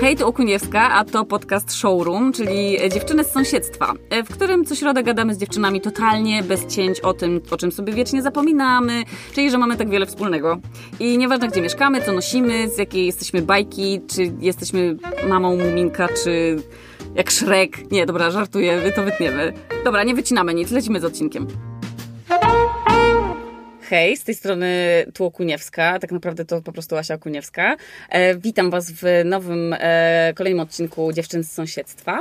Hej, tu Okuniewska, a to podcast Showroom, czyli Dziewczyny z sąsiedztwa, w którym co środę gadamy z dziewczynami totalnie bez cięć o tym, o czym sobie wiecznie zapominamy, czyli że mamy tak wiele wspólnego. I nieważne, gdzie mieszkamy, co nosimy, z jakiej jesteśmy bajki, czy jesteśmy mamą Muminka, czy jak Shrek. Nie, dobra, żartuję, to wytniemy. Dobra, nie wycinamy nic, lecimy z odcinkiem. Hej, z tej strony tu Okuniewska, tak naprawdę to po prostu Asia Okuniewska. Witam Was w nowym, kolejnym odcinku Dziewczyn z sąsiedztwa.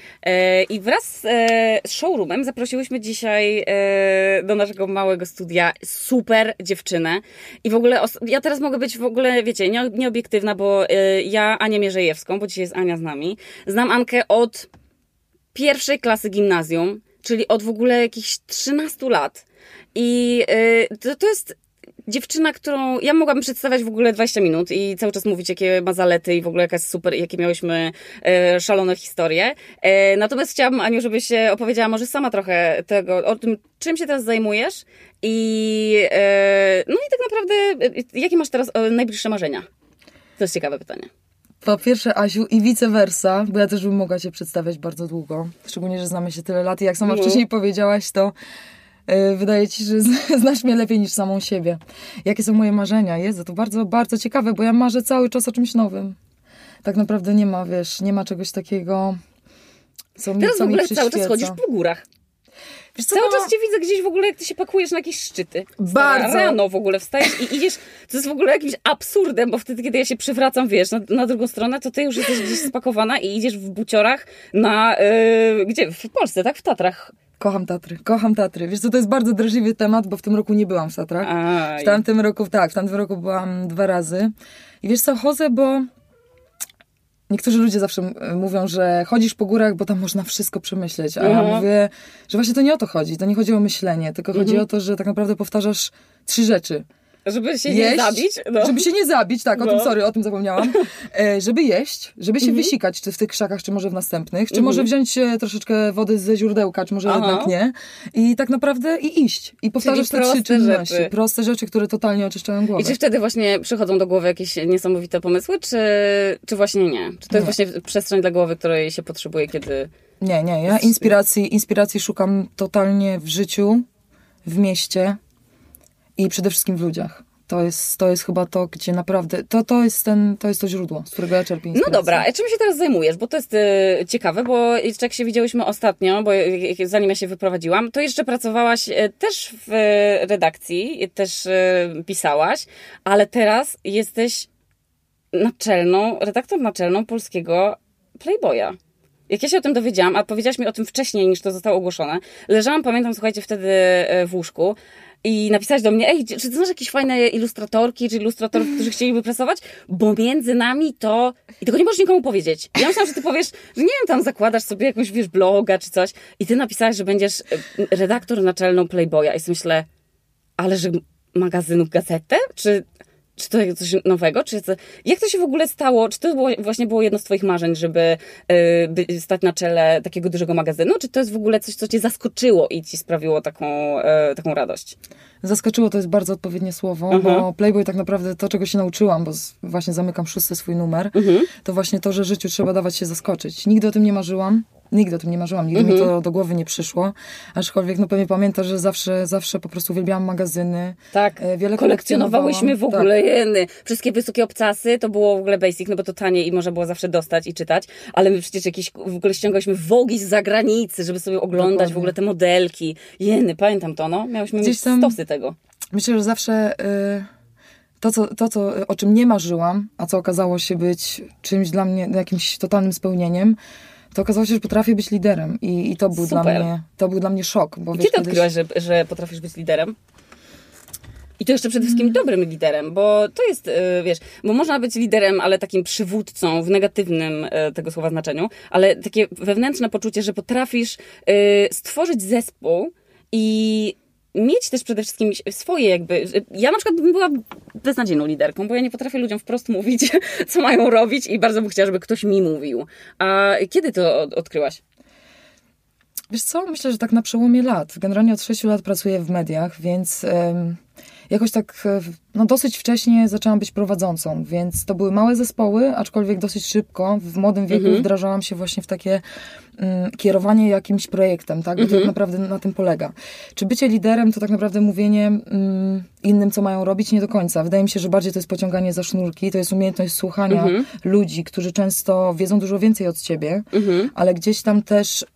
I wraz z Showroomem zaprosiłyśmy dzisiaj do naszego małego studia super dziewczynę. I w ogóle, ja teraz mogę być w ogóle, wiecie, nieobiektywna, bo ja Anię Mierzejewską, bo dzisiaj jest Ania z nami, znam Ankę od pierwszej klasy gimnazjum, czyli od w ogóle jakichś 13 lat. I to jest dziewczyna, którą ja mogłabym przedstawiać w ogóle 20 minut i cały czas mówić, jakie ma zalety i w ogóle jaka jest super, jakie miałyśmy szalone historie. Natomiast chciałabym, Aniu, żebyś opowiedziała może sama trochę o tym, czym się teraz zajmujesz i no i tak naprawdę, jakie masz teraz najbliższe marzenia? To jest ciekawe pytanie. Po pierwsze, Asiu, i vice versa, bo ja też bym mogła Cię przedstawiać bardzo długo. Szczególnie, że znamy się tyle lat i jak sama wcześniej powiedziałaś, to wydaje Ci, że znasz mnie lepiej niż samą siebie. Jakie są moje marzenia? Jezu, to bardzo, bardzo ciekawe, bo ja marzę cały czas o czymś nowym. Tak naprawdę nie ma, nie ma czegoś takiego, co mi teraz w ogóle przyświeca. Cały czas chodzisz po górach. Wiesz co, cały czas Cię widzę gdzieś w ogóle, jak Ty się pakujesz na jakieś szczyty. Bardzo. Rano w ogóle wstajesz i idziesz, to jest w ogóle jakimś absurdem, bo wtedy, kiedy ja się przywracam, wiesz, na drugą stronę, to Ty już jesteś gdzieś spakowana i idziesz w buciorach gdzie? W Polsce, tak? W Tatrach. Kocham Tatry. Wiesz co, to jest bardzo drażliwy temat, bo w tym roku nie byłam w Tatrach. W tamtym roku byłam 2 razy. I wiesz co, chodzę, bo niektórzy ludzie zawsze mówią, że chodzisz po górach, bo tam można wszystko przemyśleć. A ja mówię, że właśnie to nie o to chodzi. To nie chodzi o myślenie, tylko chodzi o to, że tak naprawdę powtarzasz 3 rzeczy. Żeby się nie zabić? No. Żeby się nie zabić, tak, o tym zapomniałam. Żeby jeść, żeby się wysikać, czy w tych krzakach, czy może w następnych, czy może wziąć troszeczkę wody ze źródełka, czy może jednak nie. I tak naprawdę iść. I powtarzasz te 3 czynności. Proste rzeczy, które totalnie oczyszczają głowę. I czy wtedy właśnie przychodzą do głowy jakieś niesamowite pomysły, czy właśnie nie? Czy to jest właśnie przestrzeń dla głowy, której się potrzebuje, kiedy... Nie. Ja inspiracji szukam totalnie w życiu, w mieście, i przede wszystkim w ludziach. To jest chyba to, gdzie naprawdę... To jest to źródło, z którego ja czerpię inspirację. No dobra, a czym się teraz zajmujesz? Bo to jest ciekawe, bo jak się widziałyśmy ostatnio, bo zanim ja się wyprowadziłam, to jeszcze pracowałaś też w redakcji, też pisałaś, ale teraz jesteś redaktor naczelną polskiego Playboya. Jak ja się o tym dowiedziałam, a powiedziałaś mi o tym wcześniej, niż to zostało ogłoszone, leżałam, pamiętam, słuchajcie, wtedy w łóżku i napisałaś do mnie, ej, czy ty znasz jakieś fajne ilustratorki, czy ilustratorów, którzy chcieliby pracować? Bo między nami to... I tego nie możesz nikomu powiedzieć. Ja myślałam, że ty powiesz, że nie wiem, tam zakładasz sobie jakąś, bloga czy coś i ty napisałaś, że będziesz redaktor naczelną Playboya. I sobie myślę, ale że magazynu Gazetę? Czy to jest coś nowego? Jak to się w ogóle stało? Czy to było jedno z twoich marzeń, żeby stać na czele takiego dużego magazynu? Czy to jest w ogóle coś, co cię zaskoczyło i ci sprawiło taką radość? Zaskoczyło to jest bardzo odpowiednie słowo, bo Playboy tak naprawdę to, czego się nauczyłam, bo właśnie zamykam 6. swój numer, to właśnie to, że życiu trzeba dawać się zaskoczyć. Nigdy o tym nie marzyłam, nigdy mi to do głowy nie przyszło, aczkolwiek pewnie pamiętasz, że zawsze po prostu uwielbiałam magazyny. Tak, wiele kolekcjonowałyśmy w ogóle wszystkie wysokie obcasy, to było w ogóle basic, bo to tanie i można było zawsze dostać i czytać, ale my przecież w ogóle ściągałyśmy Vogue'i z zagranicy, żeby sobie oglądać w ogóle te modelki. Pamiętam to, miałyśmy mieć stosy tego. Myślę, że zawsze o czym nie marzyłam, a co okazało się być czymś dla mnie, jakimś totalnym spełnieniem, to okazało się, że potrafię być liderem i to był dla mnie szok. Bo kiedy odkryłaś, że potrafisz być liderem? I to jeszcze przede wszystkim dobrym liderem, bo to jest, bo można być liderem, ale takim przywódcą w negatywnym tego słowa znaczeniu, ale takie wewnętrzne poczucie, że potrafisz stworzyć zespół i mieć też przede wszystkim swoje Ja na przykład bym była beznadziejną liderką, bo ja nie potrafię ludziom wprost mówić, co mają robić i bardzo bym chciała, żeby ktoś mi mówił. A kiedy to odkryłaś? Wiesz co, myślę, że tak na przełomie lat. Generalnie od 6 lat pracuję w mediach, więc jakoś tak dosyć wcześnie zaczęłam być prowadzącą, więc to były małe zespoły, aczkolwiek dosyć szybko, w młodym wieku wdrażałam się właśnie w takie kierowanie jakimś projektem, tak? Bo to tak naprawdę na tym polega. Czy bycie liderem to tak naprawdę mówienie innym, co mają robić? Nie do końca. Wydaje mi się, że bardziej to jest pociąganie za sznurki, to jest umiejętność słuchania ludzi, którzy często wiedzą dużo więcej od ciebie, ale gdzieś tam też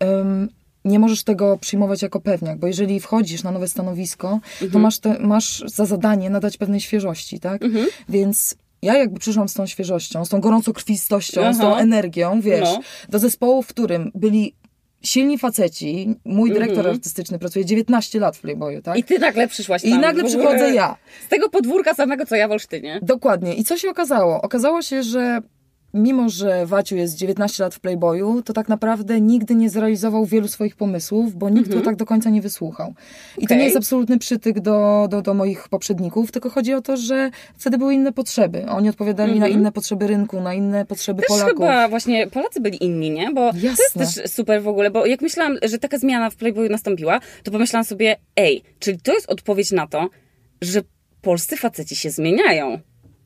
nie możesz tego przyjmować jako pewniak, bo jeżeli wchodzisz na nowe stanowisko, to masz za zadanie nadać pewnej świeżości, tak? Więc ja jakby przyszłam z tą świeżością, z tą gorącokrwistością, z tą energią, wiesz, do zespołu, w którym byli silni faceci. Mój dyrektor artystyczny pracuje 19 lat w Playboyu, tak? I ty nagle przyszłaś tam. I nagle przychodzę ja. Z tego podwórka samego, co ja w Olsztynie. Dokładnie. I co się okazało? Okazało się, że mimo że Waciu jest 19 lat w Playboyu, to tak naprawdę nigdy nie zrealizował wielu swoich pomysłów, bo nikt go tak do końca nie wysłuchał. I to nie jest absolutny przytyk do moich poprzedników, tylko chodzi o to, że wtedy były inne potrzeby. Oni odpowiadali na inne potrzeby rynku, na inne potrzeby też Polaków. Chyba właśnie Polacy byli inni, nie? Bo to jest też super w ogóle, bo jak myślałam, że taka zmiana w Playboyu nastąpiła, to pomyślałam sobie, czyli to jest odpowiedź na to, że polscy faceci się zmieniają.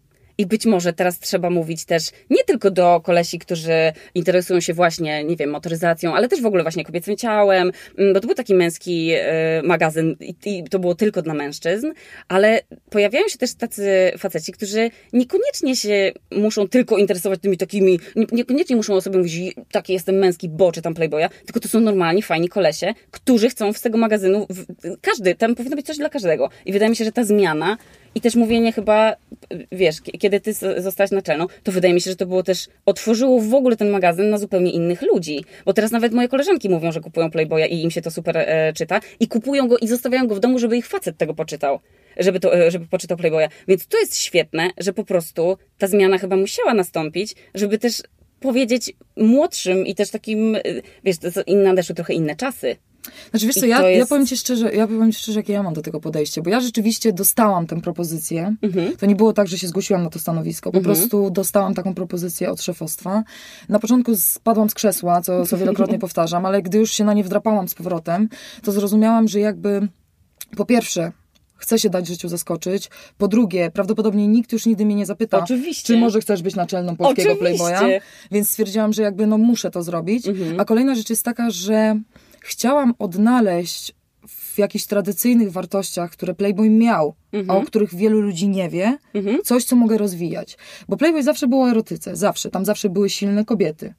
I być może teraz trzeba mówić też nie tylko do kolesi, którzy interesują się właśnie, nie wiem, motoryzacją, ale też w ogóle właśnie kobiecym ciałem, bo to był taki męski magazyn i to było tylko dla mężczyzn, ale pojawiają się też tacy faceci, którzy niekoniecznie się muszą tylko interesować tymi takimi, niekoniecznie muszą o sobie mówić, taki jestem męski, bo czytam Playboya, tylko to są normalni, fajni kolesie, którzy chcą z tego magazynu, tam powinno być coś dla każdego. I wydaje mi się, że ta zmiana i też mówienie chyba, wiesz, kiedy ty zostałaś naczelną, to wydaje mi się, że to było też, otworzyło w ogóle ten magazyn na zupełnie innych ludzi. Bo teraz nawet moje koleżanki mówią, że kupują Playboya i im się to super czyta i kupują go i zostawiają go w domu, żeby ich facet tego poczytał. Żeby poczytał Playboya. Więc to jest świetne, że po prostu ta zmiana chyba musiała nastąpić, żeby też powiedzieć młodszym i też takim, wiesz, nadeszły trochę inne czasy. Znaczy, wiesz co, ja powiem ci szczerze, jakie ja mam do tego podejście, bo ja rzeczywiście dostałam tę propozycję. To nie było tak, że się zgłosiłam na to stanowisko. Po prostu dostałam taką propozycję od szefostwa. Na początku spadłam z krzesła, co wielokrotnie powtarzam, ale gdy już się na nie wdrapałam z powrotem, to zrozumiałam, że jakby po pierwsze chcę się dać życiu zaskoczyć. Po drugie, prawdopodobnie nikt już nigdy mnie nie zapyta, czy może chcesz być naczelną polskiego Playboya. Więc stwierdziłam, że jakby muszę to zrobić. A kolejna rzecz jest taka, że chciałam odnaleźć w jakichś tradycyjnych wartościach, które Playboy miał, a o których wielu ludzi nie wie, coś, co mogę rozwijać. Bo Playboy zawsze było o erotyce, zawsze. Tam zawsze były silne kobiety.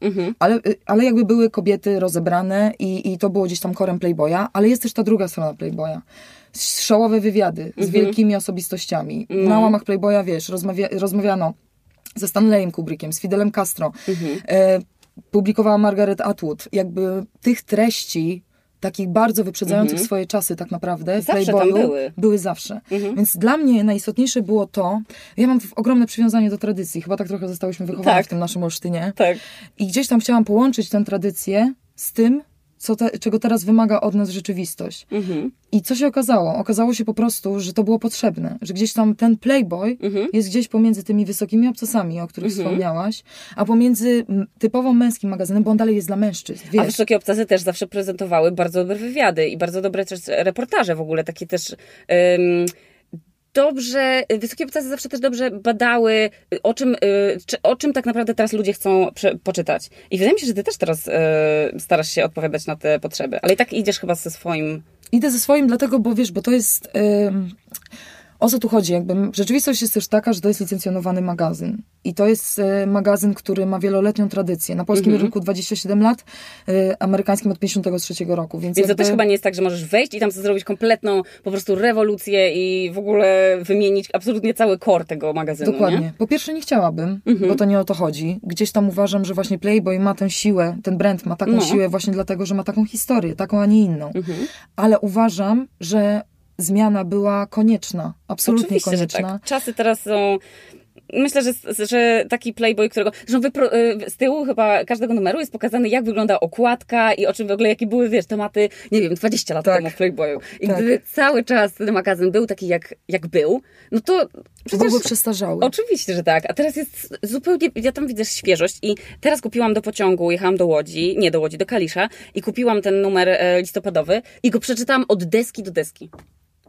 Ale jakby były kobiety rozebrane i to było gdzieś tam korem Playboya, ale jest też ta druga strona Playboya. Szałowe wywiady z wielkimi osobistościami. Na łamach Playboya, wiesz, rozmawiano ze Stanleyem Kubrickiem, z Fidelem Castro. Publikowała Margaret Atwood. Jakby tych treści, takich bardzo wyprzedzających swoje czasy tak naprawdę, w Playboyu były zawsze. Więc dla mnie najistotniejsze było to, ja mam ogromne przywiązanie do tradycji, chyba tak trochę zostałyśmy wychowane w tym naszym Olsztynie. I gdzieś tam chciałam połączyć tę tradycję z tym, czego teraz wymaga od nas rzeczywistość. I co się okazało? Okazało się po prostu, że to było potrzebne. Że gdzieś tam ten Playboy jest gdzieś pomiędzy tymi wysokimi obcasami, o których wspomniałaś, a pomiędzy typowo męskim magazynem, bo on dalej jest dla mężczyzn. Wiesz. A wysokie obcasy też zawsze prezentowały bardzo dobre wywiady i bardzo dobre też reportaże w ogóle, takie też... Wysokie obcasy zawsze też dobrze badały, o czym tak naprawdę teraz ludzie chcą poczytać. I wydaje mi się, że ty też teraz starasz się odpowiadać na te potrzeby, ale i tak idziesz chyba ze swoim... Idę ze swoim, dlatego, bo wiesz, bo to jest... O co tu chodzi? Jakby rzeczywistość jest też taka, że to jest licencjonowany magazyn. I to jest magazyn, który ma wieloletnią tradycję. Na polskim rynku 27 lat, amerykańskim od 53 roku. Więc to też chyba nie jest tak, że możesz wejść i tam zrobić kompletną po prostu rewolucję i w ogóle wymienić absolutnie cały core tego magazynu. Dokładnie. Nie? Po pierwsze nie chciałabym, bo to nie o to chodzi. Gdzieś tam uważam, że właśnie Playboy ma tę siłę, ten brand ma taką siłę właśnie dlatego, że ma taką historię, taką, a nie inną. Ale uważam, że zmiana była konieczna. Absolutnie oczywiście, konieczna. Że tak. Czasy teraz są... Myślę, że taki Playboy, którego... z tyłu chyba każdego numeru jest pokazane, jak wygląda okładka i o czym w ogóle, jakie były, wiesz, tematy, nie wiem, 20 lat temu w Playboyu. I gdyby cały czas ten magazyn był taki, jak był, no to... Przecież byłby przestarzały. Oczywiście, że tak. A teraz jest zupełnie... Ja tam widzę świeżość i teraz kupiłam do pociągu, jechałam do Łodzi, do Kalisza i kupiłam ten numer listopadowy i go przeczytałam od deski do deski.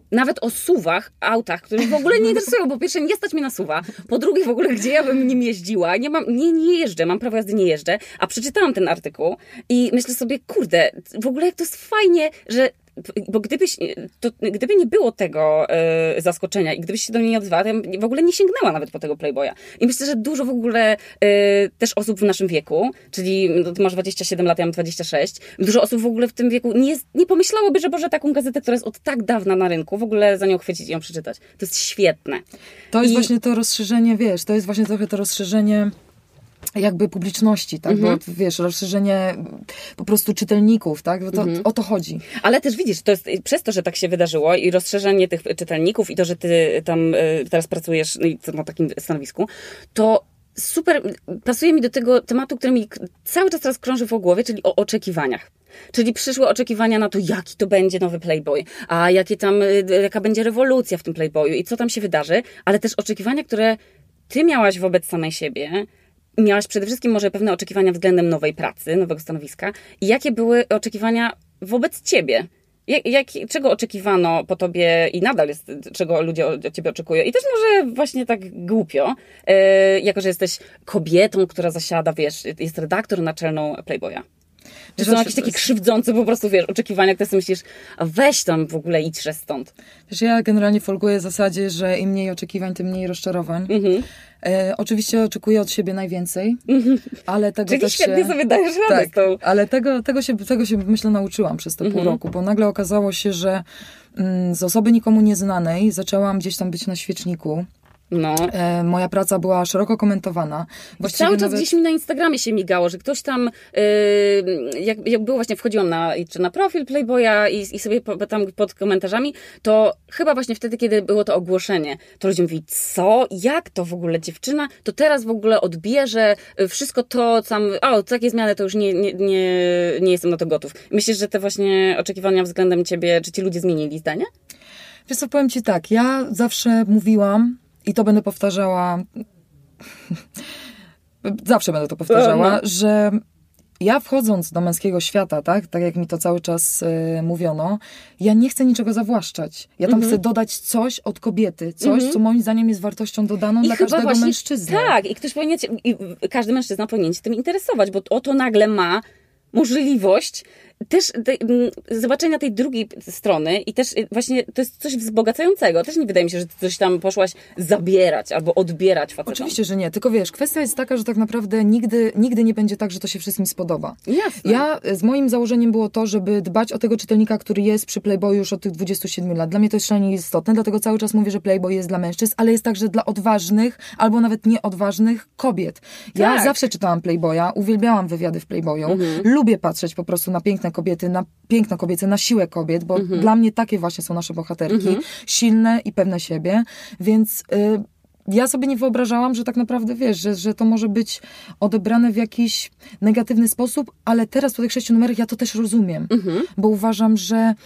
nawet o SUV-ach, autach, które w ogóle nie interesują. Po pierwsze, nie stać mnie na SUV-a. Po drugie, w ogóle, gdzie ja bym nim jeździła. Nie jeżdżę, mam prawo jazdy, nie jeżdżę. A przeczytałam ten artykuł i myślę sobie, kurde, w ogóle jak to jest fajnie, że bo gdyby nie było tego zaskoczenia i gdybyś się do mnie nie odezwała, to ja w ogóle nie sięgnęła nawet po tego Playboya. I myślę, że dużo w ogóle też osób w naszym wieku, czyli ty masz 27 lat, ja mam 26, dużo osób w ogóle w tym wieku nie pomyślałoby, że Boże, taką gazetę, która jest od tak dawna na rynku, w ogóle za nią chwycić i ją przeczytać. To jest świetne. To jest właśnie to rozszerzenie, wiesz, to jest właśnie trochę to rozszerzenie jakby publiczności, tak? Bo wiesz, rozszerzenie po prostu czytelników, tak? O to chodzi. Ale też widzisz, to jest przez to, że tak się wydarzyło i rozszerzenie tych czytelników i to, że ty tam teraz pracujesz na takim stanowisku, to super pasuje mi do tego tematu, który mi cały czas teraz krąży w głowie, czyli o oczekiwaniach. Czyli przyszłe oczekiwania na to, jaki to będzie nowy Playboy, a jaka będzie rewolucja w tym Playboyu i co tam się wydarzy, ale też oczekiwania, które ty miałaś wobec samej siebie. Miałaś przede wszystkim może pewne oczekiwania względem nowej pracy, nowego stanowiska. I jakie były oczekiwania wobec ciebie? Czego oczekiwano po tobie i nadal jest, czego ludzie od ciebie oczekują? I też może właśnie tak głupio, jako że jesteś kobietą, która zasiada, wiesz, jest redaktor naczelną Playboya. Czy są jakieś takie krzywdzące po prostu, wiesz, oczekiwania, które sobie myślisz, a weź tam w ogóle idźże stąd. Wiesz, ja generalnie folguję w zasadzie, że im mniej oczekiwań, tym mniej rozczarowań. Oczywiście oczekuję od siebie najwięcej, ale tego czyli też świetnie sobie dajesz radę z tą. Ale tego się myślę nauczyłam przez te pół roku, bo nagle okazało się, że z osoby nikomu nieznanej zaczęłam gdzieś tam być na świeczniku. No. Moja praca była szeroko komentowana. Cały czas gdzieś mi na Instagramie się migało, że ktoś tam, jak było właśnie, wchodziłam na profil Playboya i sobie tam pod komentarzami, to chyba właśnie wtedy, kiedy było to ogłoszenie, to ludzie mówili, co? Jak to w ogóle dziewczyna? To teraz w ogóle odbierze wszystko to, takie zmiany, to już nie jestem na to gotów. Myślisz, że te właśnie oczekiwania względem ciebie, czy ci ludzie zmienili zdanie? Wiesz co, powiem ci tak, ja zawsze mówiłam, i to będę powtarzała, zawsze będę to powtarzała, że ja wchodząc do męskiego świata, tak jak mi to cały czas mówiono, ja nie chcę niczego zawłaszczać. Ja tam chcę dodać coś od kobiety, coś, co moim zdaniem jest wartością dodaną dla każdego mężczyzny. Tak, i każdy mężczyzna powinien się tym interesować, bo oto nagle ma możliwość też zobaczenia tej drugiej strony i też właśnie to jest coś wzbogacającego. Też nie wydaje mi się, że ty coś tam poszłaś zabierać albo odbierać facetom. Oczywiście, że nie. Tylko wiesz, kwestia jest taka, że tak naprawdę nigdy nie będzie tak, że to się wszystkim spodoba. Jasne. Z moim założeniem było to, żeby dbać o tego czytelnika, który jest przy Playboyu już od tych 27 lat. Dla mnie to jest szalenie istotne, dlatego cały czas mówię, że Playboy jest dla mężczyzn, ale jest także dla odważnych albo nawet nieodważnych kobiet. Ja zawsze czytałam Playboya, uwielbiałam wywiady w Playboyu, lubię patrzeć po prostu na piękne kobiety, na piękno kobiece, na siłę kobiet, bo dla mnie takie właśnie są nasze bohaterki, silne i pewne siebie, więc ja sobie nie wyobrażałam, że tak naprawdę, wiesz, że to może być odebrane w jakiś negatywny sposób, ale teraz po tych 6 numerach ja to też rozumiem, bo uważam, że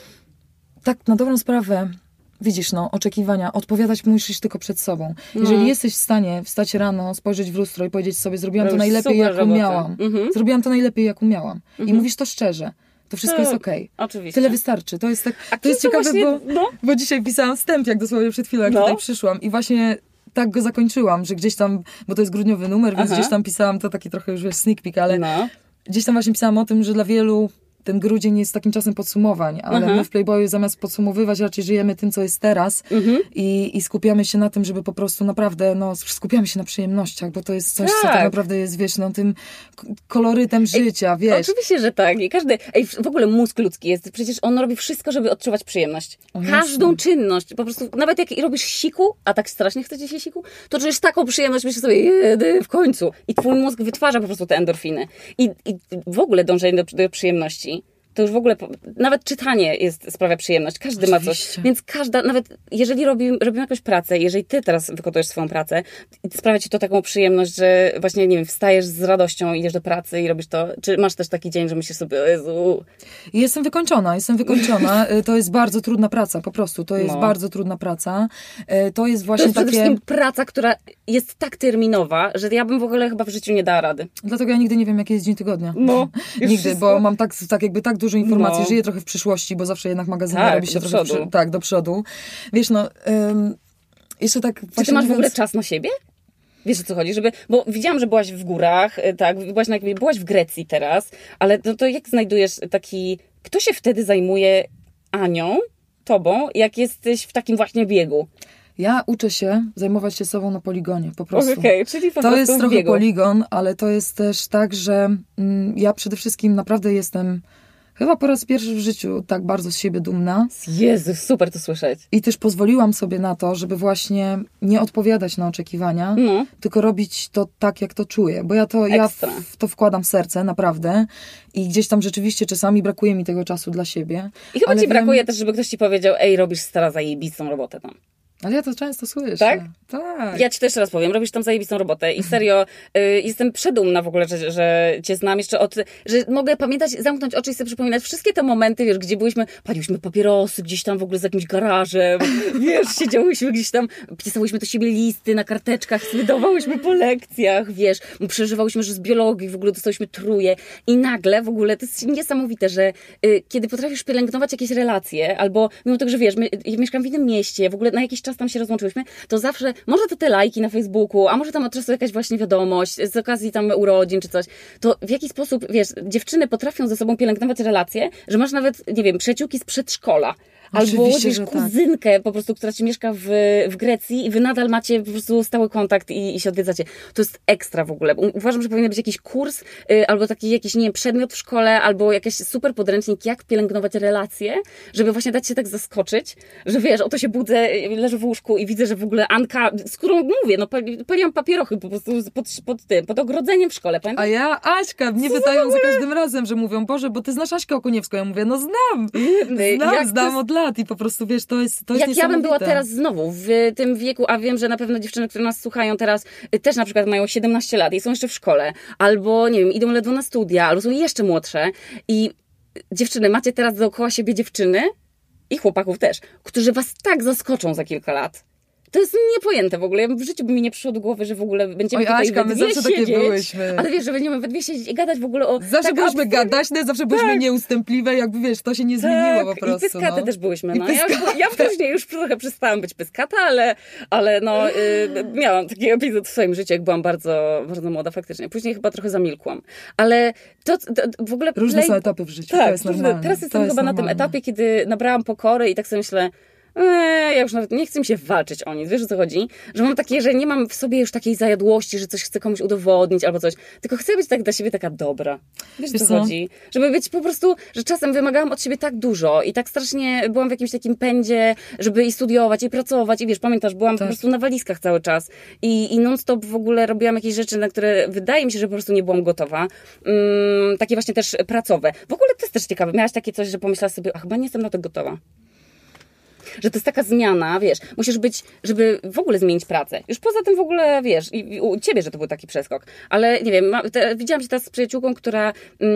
tak na dobrą sprawę, widzisz, oczekiwania, odpowiadać musisz tylko przed sobą. Jeżeli jesteś w stanie wstać rano, spojrzeć w lustro i powiedzieć sobie, zrobiłam to najlepiej, jak umiałam. Zrobiłam to najlepiej, jak umiałam. I mówisz to szczerze. To wszystko jest okej. Oczywiście. Tyle wystarczy. To jest tak. To jest ciekawe, właśnie, bo dzisiaj pisałam wstęp, jak dosłownie przed chwilą, jak tutaj przyszłam. I właśnie tak go zakończyłam, że gdzieś tam, bo to jest grudniowy numer, więc gdzieś tam pisałam, to taki trochę już wiesz, sneak peek, ale gdzieś tam właśnie pisałam o tym, że dla wielu ten grudzień jest takim czasem podsumowań, ale my w Playboyu zamiast podsumowywać raczej żyjemy tym, co jest teraz i skupiamy się na tym, żeby po prostu naprawdę, skupiamy się na przyjemnościach, bo to jest coś, co tak naprawdę jest, wiesz, tym kolorytem życia, wiesz. Oczywiście, że tak. I w ogóle mózg ludzki jest, przecież on robi wszystko, żeby odczuwać przyjemność. Każdą czynność, po prostu, nawet jak robisz siku, a tak strasznie chcecie się siku, to czujesz taką przyjemność, myślisz sobie, w końcu. I twój mózg wytwarza po prostu te endorfiny. I w ogóle dążenie do przyjemności, to już w ogóle, nawet czytanie sprawia przyjemność. Każdy ma coś. Więc nawet jeżeli robimy jakąś pracę, jeżeli ty teraz wykonujesz swoją pracę, sprawia ci to taką przyjemność, że właśnie, nie wiem, wstajesz z radością, idziesz do pracy i robisz to. Czy masz też taki dzień, że myślisz sobie, o Jezu. Jestem wykończona. To jest bardzo trudna praca, po prostu. To jest bardzo trudna praca. To jest właśnie przede wszystkim praca, która jest tak terminowa, że ja bym w ogóle chyba w życiu nie dała rady. Dlatego ja nigdy nie wiem, jaki jest dzień tygodnia. Nigdy, bo mam tak dużo dużo informacji, żyję trochę w przyszłości, bo zawsze jednak magazyny robi się trochę do przodu. Wiesz, jeszcze tak... Czy ty masz w ogóle czas na siebie? Wiesz, o co chodzi? Bo widziałam, że byłaś w górach, tak, byłaś w Grecji teraz, ale to jak znajdujesz taki... Kto się wtedy zajmuje Anią, tobą, jak jesteś w takim właśnie biegu? Ja uczę się zajmować się sobą na poligonie, po prostu. Okej, czyli po to prostu jest trochę biegu. poligon, ale to jest też tak, że ja przede wszystkim naprawdę jestem chyba po raz pierwszy w życiu tak bardzo z siebie dumna. Jezus, super to słyszeć. I też pozwoliłam sobie na to, żeby właśnie nie odpowiadać na oczekiwania, tylko robić to tak, jak to czuję. Bo ja w to wkładam serce, naprawdę. I gdzieś tam rzeczywiście czasami brakuje mi tego czasu dla siebie. I chyba ci brakuje też, żeby ktoś ci powiedział, ej, robisz stara zajebistą robotę tam. Ale ja to często słyszę. Tak? Tak. Ja ci to jeszcze raz powiem, robisz tam zajebistą robotę i serio jestem przedumna w ogóle, że cię znam jeszcze że mogę pamiętać, zamknąć oczy i sobie przypominać wszystkie te momenty, wiesz, gdzie paliłyśmy papierosy gdzieś tam w ogóle z jakimś garażem, wiesz, siedziałyśmy gdzieś tam, pisałyśmy do siebie listy na karteczkach, zwydawałyśmy po lekcjach, wiesz, przeżywałyśmy, że z biologii w ogóle dostałyśmy truje i nagle w ogóle to jest niesamowite, że kiedy potrafisz pielęgnować jakieś relacje, albo mimo tego, że wiesz, ja mieszkam w innym mieście, w ogóle na jakiś czas tam się rozłączyłyśmy, to zawsze, może to te lajki na Facebooku, a może tam od czasu jakaś właśnie wiadomość, z okazji tam urodzin czy coś, to w jaki sposób, wiesz, dziewczyny potrafią ze sobą pielęgnować relacje, że masz nawet, nie wiem, przyjaciółki z przedszkola, albo wiesz, kuzynkę po prostu, która ci mieszka w Grecji i wy nadal macie po prostu stały kontakt i się odwiedzacie. To jest ekstra w ogóle. Uważam, że powinien być jakiś kurs, albo taki jakiś, nie wiem, przedmiot w szkole, albo jakiś super podręcznik, jak pielęgnować relacje, żeby właśnie dać się tak zaskoczyć, że wiesz, oto się budzę, leżę w łóżku i widzę, że w ogóle Anka, z którą mówię, paliłam papierochy po prostu pod ogrodzeniem w szkole, pamiętasz? A ja, Aśka, mnie pytają za każdym razem, że mówią, Boże, bo ty znasz Aśkę Okuniewską. Ja mówię, no znam od lat i po prostu, wiesz, to jest jak ja bym była teraz znowu w tym wieku, a wiem, że na pewno dziewczyny, które nas słuchają teraz, też na przykład mają 17 lat i są jeszcze w szkole, albo, nie wiem, idą ledwo na studia, albo są jeszcze młodsze i dziewczyny, macie teraz dookoła siebie dziewczyny i chłopaków też, którzy was tak zaskoczą za kilka lat. To jest niepojęte w ogóle. W życiu by mi nie przyszło do głowy, że w ogóle będziemy tutaj Aśka, we dwie my zawsze siedzieć. Takie byłyśmy. Ale wiesz, że będziemy we dwie siedzieć i gadać w ogóle o... Zawsze byłyśmy gadaśne, zawsze byłyśmy nieustępliwe, jakby wiesz, to się nie zmieniło po prostu. I pyskate też byłyśmy. No. Ja wcześniej już trochę przestałam być pyskata, ale miałam taki epizod w swoim życiu, jak byłam bardzo, bardzo młoda faktycznie. Później chyba trochę zamilkłam. Ale to w ogóle... Różne są etapy w życiu, to jest normalne. Teraz jestem chyba na tym etapie, kiedy nabrałam pokory i tak sobie myślę, ja już nawet nie chcę mi się walczyć o nic, wiesz o co chodzi? Że mam takie, że nie mam w sobie już takiej zajadłości, że coś chcę komuś udowodnić albo coś, tylko chcę być tak dla siebie taka dobra. Wiesz o co chodzi? Żeby być po prostu, że czasem wymagałam od siebie tak dużo i tak strasznie byłam w jakimś takim pędzie, żeby i studiować, i pracować i wiesz, pamiętasz, byłam po prostu na walizkach cały czas i non-stop w ogóle robiłam jakieś rzeczy, na które wydaje mi się, że po prostu nie byłam gotowa. Takie właśnie też pracowe. W ogóle to jest też ciekawe. Miałaś takie coś, że pomyślałaś sobie, a chyba nie jestem na to gotowa. Że to jest taka zmiana, wiesz, musisz być, żeby w ogóle zmienić pracę. Już poza tym w ogóle, wiesz, i u ciebie, że to był taki przeskok. Ale nie wiem, widziałam się teraz z przyjaciółką, która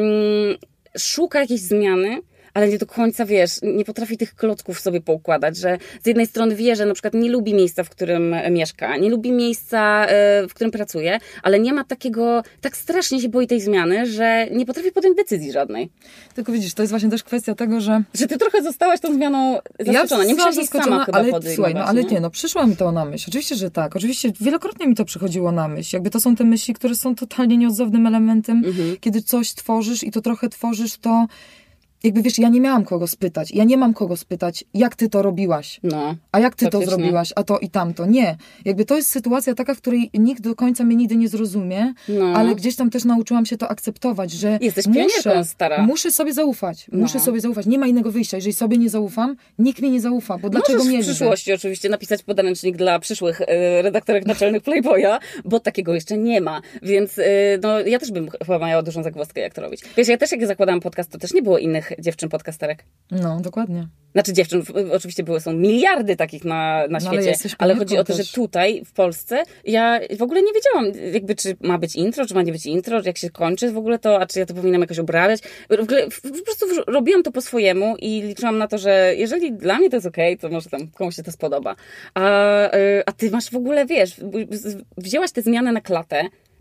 szuka jakiejś zmiany, ale nie do końca, wiesz, nie potrafi tych klocków sobie poukładać, że z jednej strony wie, że na przykład nie lubi miejsca, w którym mieszka, nie lubi miejsca, w którym pracuje, ale nie ma takiego, tak strasznie się boi tej zmiany, że nie potrafi podjąć decyzji żadnej. Tylko widzisz, to jest właśnie też kwestia tego, że ty trochę zostałaś tą zmianą zaskoczona. Nie musiałaś sama chyba podejmować. Słuchaj, ale przyszło mi to na myśl. Oczywiście, że tak. Oczywiście wielokrotnie mi to przychodziło na myśl. Jakby to są te myśli, które są totalnie nieodzownym elementem, kiedy coś tworzysz i to trochę tworzysz, to jakby wiesz, ja nie miałam kogo spytać. Ja nie mam kogo spytać, jak ty to robiłaś. No, a jak ty to zrobiłaś, a to i tamto. Nie. Jakby to jest sytuacja taka, w której nikt do końca mnie nigdy nie zrozumie, ale gdzieś tam też nauczyłam się to akceptować, że muszę sobie zaufać. Muszę sobie zaufać. Nie ma innego wyjścia. Jeżeli sobie nie zaufam, nikt mnie nie zaufa, bo dlaczego mieliby? W przyszłości oczywiście napisać podręcznik dla przyszłych redaktorek naczelnych Playboya, bo takiego jeszcze nie ma. Więc ja też bym chyba miała dużą zagwozdkę, jak to robić. Wiesz, ja też jak zakładałam podcast, to też nie było innych dziewczyn podcasterek. No, dokładnie. Znaczy dziewczyn, oczywiście są miliardy takich na świecie, ale chodzi o to, że tutaj w Polsce ja w ogóle nie wiedziałam, jakby czy ma być intro, czy ma nie być intro, jak się kończy w ogóle to, a czy ja to powinnam jakoś obrabiać. Po prostu robiłam to po swojemu i liczyłam na to, że jeżeli dla mnie to jest okej, to może tam komuś się to spodoba. A ty masz w ogóle, wiesz, wzięłaś tę zmianę na klatę,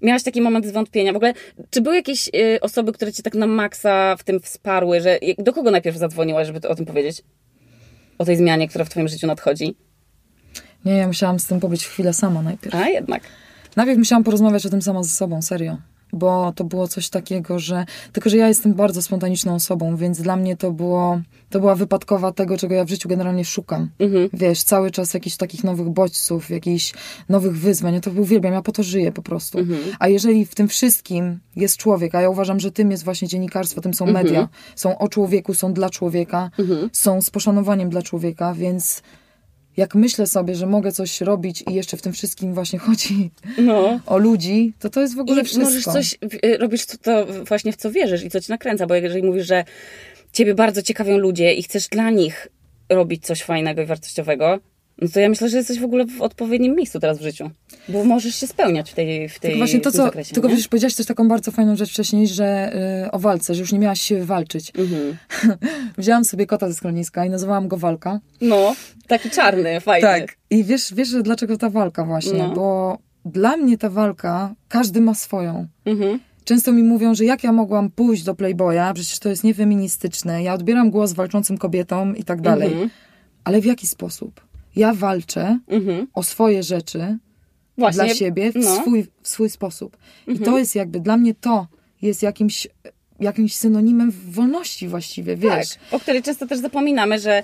Miałaś taki moment zwątpienia? W ogóle, czy były jakieś osoby, które cię tak na maksa w tym wsparły, że do kogo najpierw zadzwoniłaś, żeby o tym powiedzieć? O tej zmianie, która w twoim życiu nadchodzi? Nie, ja musiałam z tym pobyć chwilę sama najpierw. A, jednak. Najpierw musiałam porozmawiać o tym sama ze sobą, serio. Bo to było coś takiego, że... Tylko, że ja jestem bardzo spontaniczną osobą, więc dla mnie to była wypadkowa tego, czego ja w życiu generalnie szukam. Wiesz, cały czas jakichś takich nowych bodźców, jakichś nowych wyzwań. Ja to uwielbiam, ja po to żyję po prostu. A jeżeli w tym wszystkim jest człowiek, a ja uważam, że tym jest właśnie dziennikarstwo, tym są media, są o człowieku, są dla człowieka, są z poszanowaniem dla człowieka, więc... Jak myślę sobie, że mogę coś robić i jeszcze w tym wszystkim właśnie chodzi o ludzi, to jest w ogóle wszystko. Możesz coś, robisz to właśnie w co wierzysz i co ci nakręca, bo jeżeli mówisz, że ciebie bardzo ciekawią ludzie i chcesz dla nich robić coś fajnego i wartościowego, no to ja myślę, że jesteś w ogóle w odpowiednim miejscu teraz w życiu. Bo możesz się spełniać w tej właśnie w tym zakresie. Tylko wiesz, powiedziałaś też taką bardzo fajną rzecz wcześniej, że o walce, że już nie miałaś siły walczyć. Wzięłam sobie kota ze schroniska i nazwałam go Walka. No, taki czarny, fajny. Tak. I wiesz, że dlaczego ta walka właśnie? Bo dla mnie ta walka, każdy ma swoją. Często mi mówią, że jak ja mogłam pójść do Playboya, przecież to jest niefeministyczne. Ja odbieram głos walczącym kobietom i tak dalej. Ale w jaki sposób? Ja walczę o swoje rzeczy właśnie, dla siebie w swój sposób. I to jest jakby, dla mnie to jest jakimś synonimem wolności właściwie, wiesz. Tak, o której często też zapominamy, że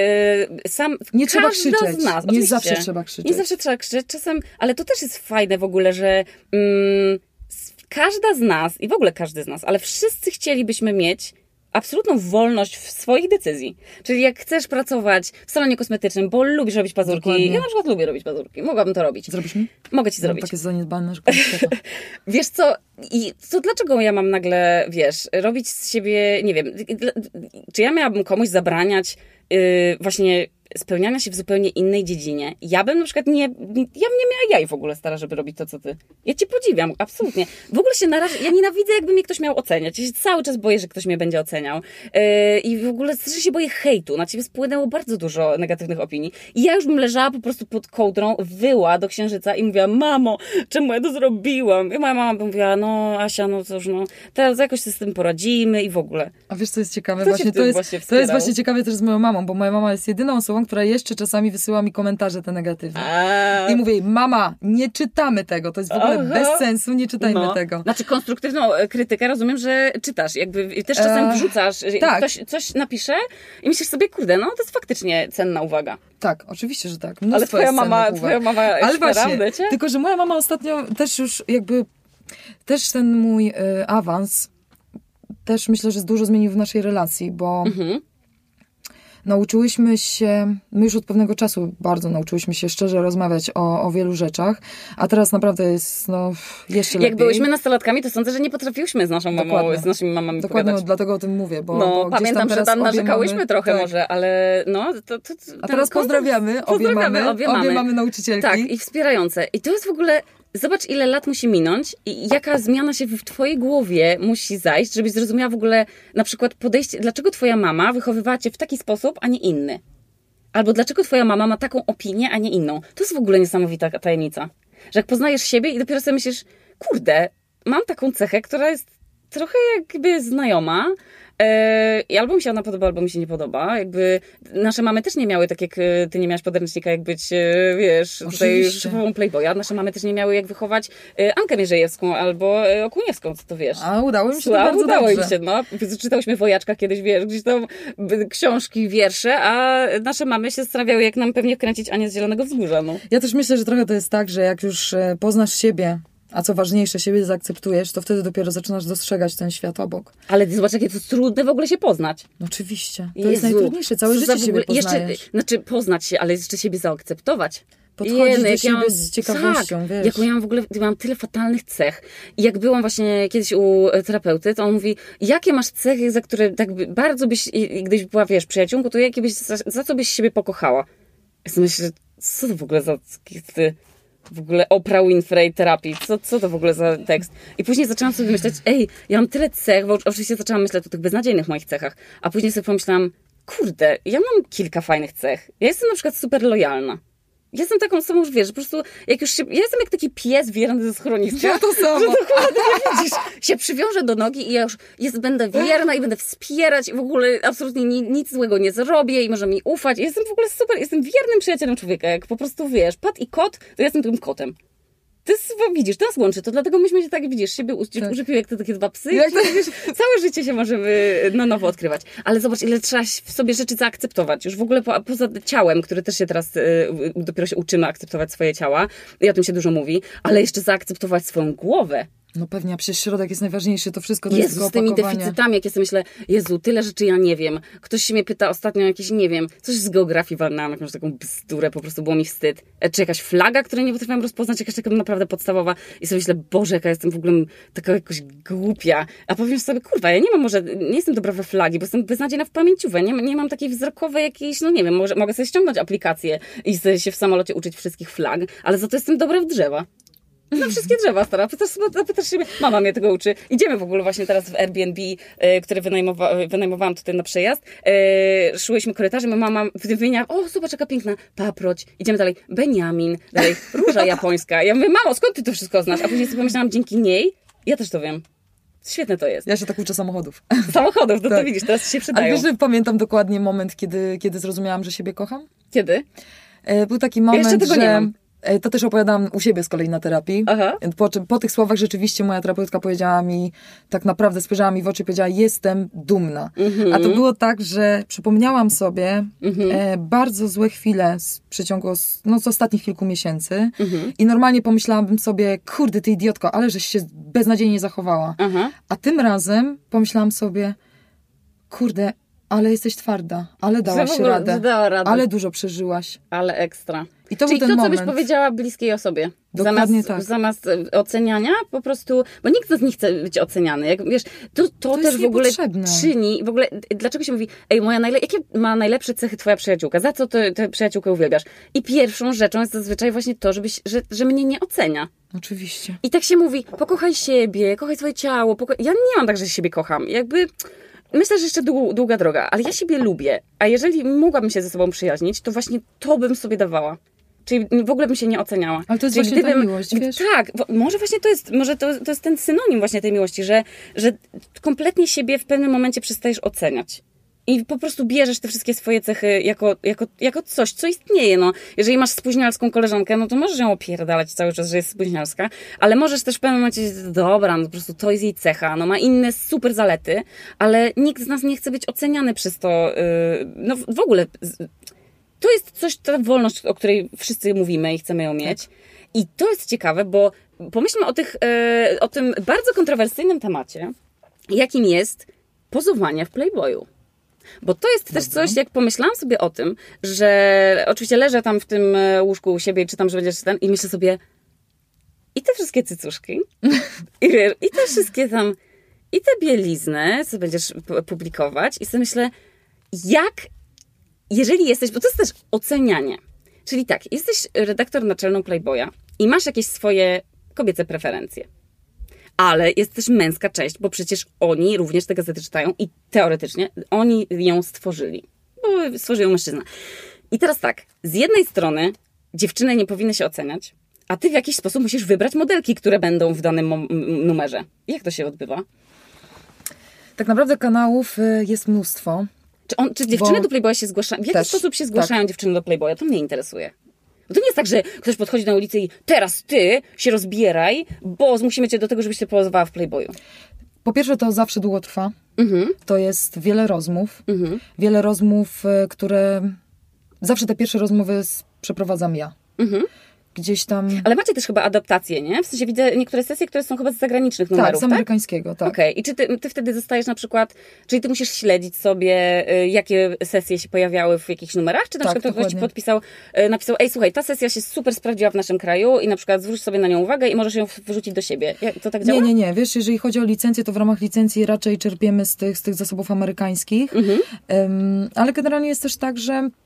nie trzeba krzyczeć. Z nas, nie zawsze trzeba krzyczeć. Nie zawsze trzeba krzyczeć, czasem, ale to też jest fajne w ogóle, że każda z nas i w ogóle każdy z nas, ale wszyscy chcielibyśmy mieć absolutną wolność w swoich decyzji. Czyli jak chcesz pracować w salonie kosmetycznym, bo lubisz robić pazurki. Dokładnie. Ja na przykład lubię robić pazurki. Mogłabym to robić. Zrobisz mi? Mogę ci zrobić. Takie zaniedbane, że Wiesz co? I to dlaczego ja mam nagle, wiesz, robić z siebie, nie wiem, czy ja miałabym komuś zabraniać właśnie spełniania się w zupełnie innej dziedzinie. Ja bym na przykład ja bym nie miała jaj w ogóle, stara, żeby robić to, co ty. Ja cię podziwiam, absolutnie. W ogóle się ja nienawidzę, jakby mnie ktoś miał oceniać. Ja się cały czas boję, że ktoś mnie będzie oceniał. I w ogóle strasznie się boję hejtu. Na ciebie spłynęło bardzo dużo negatywnych opinii. I ja już bym leżała po prostu pod kołdrą, wyła do księżyca i mówiła, mamo, czemu ja to zrobiłam? I moja mama by mówiła, no Asia, no cóż, no teraz jakoś się z tym poradzimy i w ogóle. A wiesz, co jest ciekawe? Właśnie to jest właśnie ciekawe też z moją mamą, bo moja mama jest jedyną osobą, która jeszcze czasami wysyła mi komentarze te negatywne. I mówię jej, mama, nie czytamy tego, to jest w ogóle bez sensu, nie czytajmy tego. Znaczy konstruktywną krytykę rozumiem, że czytasz, jakby też czasem wrzucasz, tak. Ktoś coś napisze i myślisz sobie, kurde, no to jest faktycznie cenna uwaga. Tak, oczywiście, że tak. Ale twoja mama ale właśnie, tylko że moja mama ostatnio też już jakby, też ten mój awans też myślę, że dużo zmienił w naszej relacji, bo nauczyłyśmy się, my już od pewnego czasu bardzo nauczyłyśmy się szczerze rozmawiać o wielu rzeczach, a teraz naprawdę jest jeszcze lepiej. Jak byłyśmy nastolatkami, to sądzę, że nie potrafiłyśmy z naszymi mamami Dokładnie, pogadać. dlatego o tym mówię. Bo pamiętam, że tam narzekałyśmy trochę tak. Może, ale a teraz pozdrawiamy, obie mamy nauczycielki. Tak, i wspierające. I to jest w ogóle... Zobacz, ile lat musi minąć i jaka zmiana się w twojej głowie musi zajść, żebyś zrozumiała w ogóle na przykład podejście, dlaczego twoja mama wychowywała cię w taki sposób, a nie inny. Albo dlaczego twoja mama ma taką opinię, a nie inną. To jest w ogóle niesamowita tajemnica. Że jak poznajesz siebie i dopiero sobie myślisz, kurde, mam taką cechę, która jest trochę jakby znajoma, i albo mi się ona podoba, albo mi się nie podoba. Jakby nasze mamy też nie miały, tak jak ty nie miałaś podręcznika, jak być, wiesz, tutaj szefową Playboya. Nasze mamy też nie miały, jak wychować Ankę Mierzejewską albo Okuniewską, co to wiesz. A udało mi się to bardzo udało dobrze. Mi się, no. Czytałyśmy Wojaczka kiedyś, wiesz, gdzieś tam książki, wiersze, a nasze mamy się zastanawiały, jak nam pewnie wkręcić Anię z Zielonego Wzgórza, no. Ja też myślę, że trochę to jest tak, że jak już poznasz siebie, a co ważniejsze, siebie zaakceptujesz, to wtedy dopiero zaczynasz dostrzegać ten świat obok. Ale zobacz, jakie to trudne w ogóle się poznać. No oczywiście. To jest najtrudniejsze. Całe życie siebie poznajesz. Znaczy poznać się, ale jeszcze siebie zaakceptować. Podchodzić do siebie z ciekawością, tak, wiesz. Jak ja mam w ogóle, mam tyle fatalnych cech. I jak byłam właśnie kiedyś u terapeuty, to on mówi, jakie masz cechy, za które tak bardzo byś, gdybyś była, wiesz, przyjaciółką, to jakie za co byś siebie pokochała? Ja sobie myślę, co to w ogóle za... W ogóle Oprah Winfrey terapii. Co to w ogóle za tekst? I później zaczęłam sobie myśleć, ja mam tyle cech, bo oczywiście zaczęłam myśleć o tych beznadziejnych moich cechach, a później sobie pomyślałam, kurde, ja mam kilka fajnych cech. Ja jestem na przykład super lojalna. Ja jestem taką osobą, że wiesz, że po prostu jak już się... Ja jestem jak taki pies wierny ze schroniska. Ja to samo. Że dokładnie, widzisz, się przywiążę do nogi i ja już będę wierna i będę wspierać i w ogóle absolutnie nic złego nie zrobię i może mi ufać. I jestem w ogóle super, jestem wiernym przyjacielem człowieka. Jak po prostu, wiesz, pat i kot, to ja jestem tym kotem. To jest, widzisz, to nas łączy, to dlatego myśmy się tak, widzisz, siebie uczepiły jak te takie dwa psy. Jak to, wiesz, całe życie się możemy na nowo odkrywać. Ale zobacz, ile trzeba w sobie rzeczy zaakceptować. Już w ogóle poza ciałem, które też się teraz dopiero się uczymy akceptować swoje ciała. I o tym się dużo mówi. Ale jeszcze zaakceptować swoją głowę. No pewnie, a przecież środek jest najważniejszy, to wszystko to jest z tymi deficytami, jak ja sobie myślę, Jezu, tyle rzeczy ja nie wiem. Ktoś się mnie pyta ostatnio jakieś, nie wiem, coś z geografii walnęłam, jakąś taką bzdurę, po prostu było mi wstyd. Czy jakaś flaga, której nie potrafiłam rozpoznać, jakaś taka naprawdę podstawowa. I sobie myślę, Boże, jaka jestem w ogóle taka jakoś głupia. A powiem sobie, kurwa, ja nie mam może, nie jestem dobra we flagi, bo jestem beznadziejna w pamięciówę, nie mam takiej wzrokowej jakiejś, no nie wiem, mogę sobie ściągnąć aplikację i sobie się w samolocie uczyć wszystkich flag, ale za to jestem dobra w drzewa. Na wszystkie drzewa stara. Pytasz się, mama mnie tego uczy. Idziemy w ogóle właśnie teraz w Airbnb, które wynajmowałam tutaj na przejazd. Szłyśmy korytarzem, a mama wymienia, o zobacz jaka piękna paproć. Idziemy dalej, Beniamin, dalej róża japońska. Ja mówię, mamo, skąd ty to wszystko znasz? A później sobie pomyślałam, dzięki niej, ja też to wiem. Świetne to jest. Ja się tak uczę samochodów. Samochodów, no tak. To widzisz, teraz się przydają. Ale wiesz, że pamiętam dokładnie moment, kiedy zrozumiałam, że siebie kocham? Kiedy? Był taki moment, jeszcze tego że... nie mam. To też opowiadałam u siebie z kolei na terapii. Aha. Po tych słowach rzeczywiście moja terapeutka powiedziała mi, tak naprawdę spojrzała mi w oczy i powiedziała, jestem dumna. A to było tak, że przypomniałam sobie bardzo złe chwile z przeciągu z ostatnich kilku miesięcy i normalnie pomyślałabym sobie, kurde ty idiotko, ale żeś się beznadziejnie zachowała. A tym razem pomyślałam sobie, kurde, ale jesteś twarda, ale dałaś radę, ale dużo przeżyłaś. Ale ekstra. I to czyli był ten moment. Co byś powiedziała bliskiej osobie. Dokładnie tak. Zamiast oceniania po prostu, bo nikt z nas nie chce być oceniany. Jak, wiesz, to też w ogóle czyni, w ogóle, dlaczego się mówi, jakie ma najlepsze cechy twoja przyjaciółka? Za co tę przyjaciółkę uwielbiasz? I pierwszą rzeczą jest zazwyczaj właśnie to, że mnie nie ocenia. Oczywiście. I tak się mówi, pokochaj siebie, kochaj swoje ciało. Ja nie mam tak, że siebie kocham. Jakby... Myślę, że jeszcze długa droga, ale ja siebie lubię. A jeżeli mogłabym się ze sobą przyjaźnić, to właśnie to bym sobie dawała. Czyli w ogóle bym się nie oceniała. Ale to jest właśnie ta miłość, wiesz? Tak, może właśnie to jest ten synonim właśnie tej miłości, że kompletnie siebie w pewnym momencie przestajesz oceniać. I po prostu bierzesz te wszystkie swoje cechy jako coś, co istnieje. No. Jeżeli masz spóźnialską koleżankę, no to możesz ją opierdalać cały czas, że jest spóźnialska, ale możesz też w pewnym momencie, dobra, no po prostu to jest jej cecha, no ma inne super zalety, ale nikt z nas nie chce być oceniany przez to. No w ogóle to jest coś, ta wolność, o której wszyscy mówimy i chcemy ją mieć. Tak. I to jest ciekawe, bo pomyślmy o tym bardzo kontrowersyjnym temacie, jakim jest pozowanie w Playboyu. Bo to jest też coś, jak pomyślałam sobie o tym, że oczywiście leżę tam w tym łóżku u siebie i czytam, że będziesz ten i myślę sobie i te wszystkie cycuszki i te wszystkie tam i te bielizny, co będziesz publikować i sobie myślę, jeżeli jesteś, bo to jest też ocenianie. Czyli tak, jesteś redaktor naczelną Playboya i masz jakieś swoje kobiece preferencje. Ale jest też męska część, bo przecież oni również te gazety czytają i teoretycznie oni ją stworzyli. Bo stworzył ją mężczyzna. I teraz tak, z jednej strony dziewczyny nie powinny się oceniać, a ty w jakiś sposób musisz wybrać modelki, które będą w danym numerze. Jak to się odbywa? Tak naprawdę kanałów jest mnóstwo. Czy dziewczyny do Playboya się zgłaszają? W jaki sposób się zgłaszają dziewczyny do Playboya? To mnie interesuje. Bo to nie jest tak, że ktoś podchodzi na ulicę i teraz ty się rozbieraj, bo zmusimy cię do tego, żebyś się pozwała w Playboyu. Po pierwsze, to zawsze długo trwa. To jest wiele rozmów. Wiele rozmów, które... Zawsze te pierwsze rozmowy przeprowadzam ja. Gdzieś tam... Ale macie też chyba adaptacje, nie? W sensie widzę niektóre sesje, które są chyba z zagranicznych numerów, tak? Z amerykańskiego, tak. Okej. I czy ty wtedy zostajesz na przykład... Czyli ty musisz śledzić sobie, jakie sesje się pojawiały w jakichś numerach? Czy na przykład ktoś ci napisał, ej, słuchaj, ta sesja się super sprawdziła w naszym kraju i na przykład zwróć sobie na nią uwagę i możesz ją wyrzucić do siebie. To tak działa? Nie. Wiesz, jeżeli chodzi o licencję, to w ramach licencji raczej czerpiemy z tych zasobów amerykańskich. Ale generalnie jest też tak, że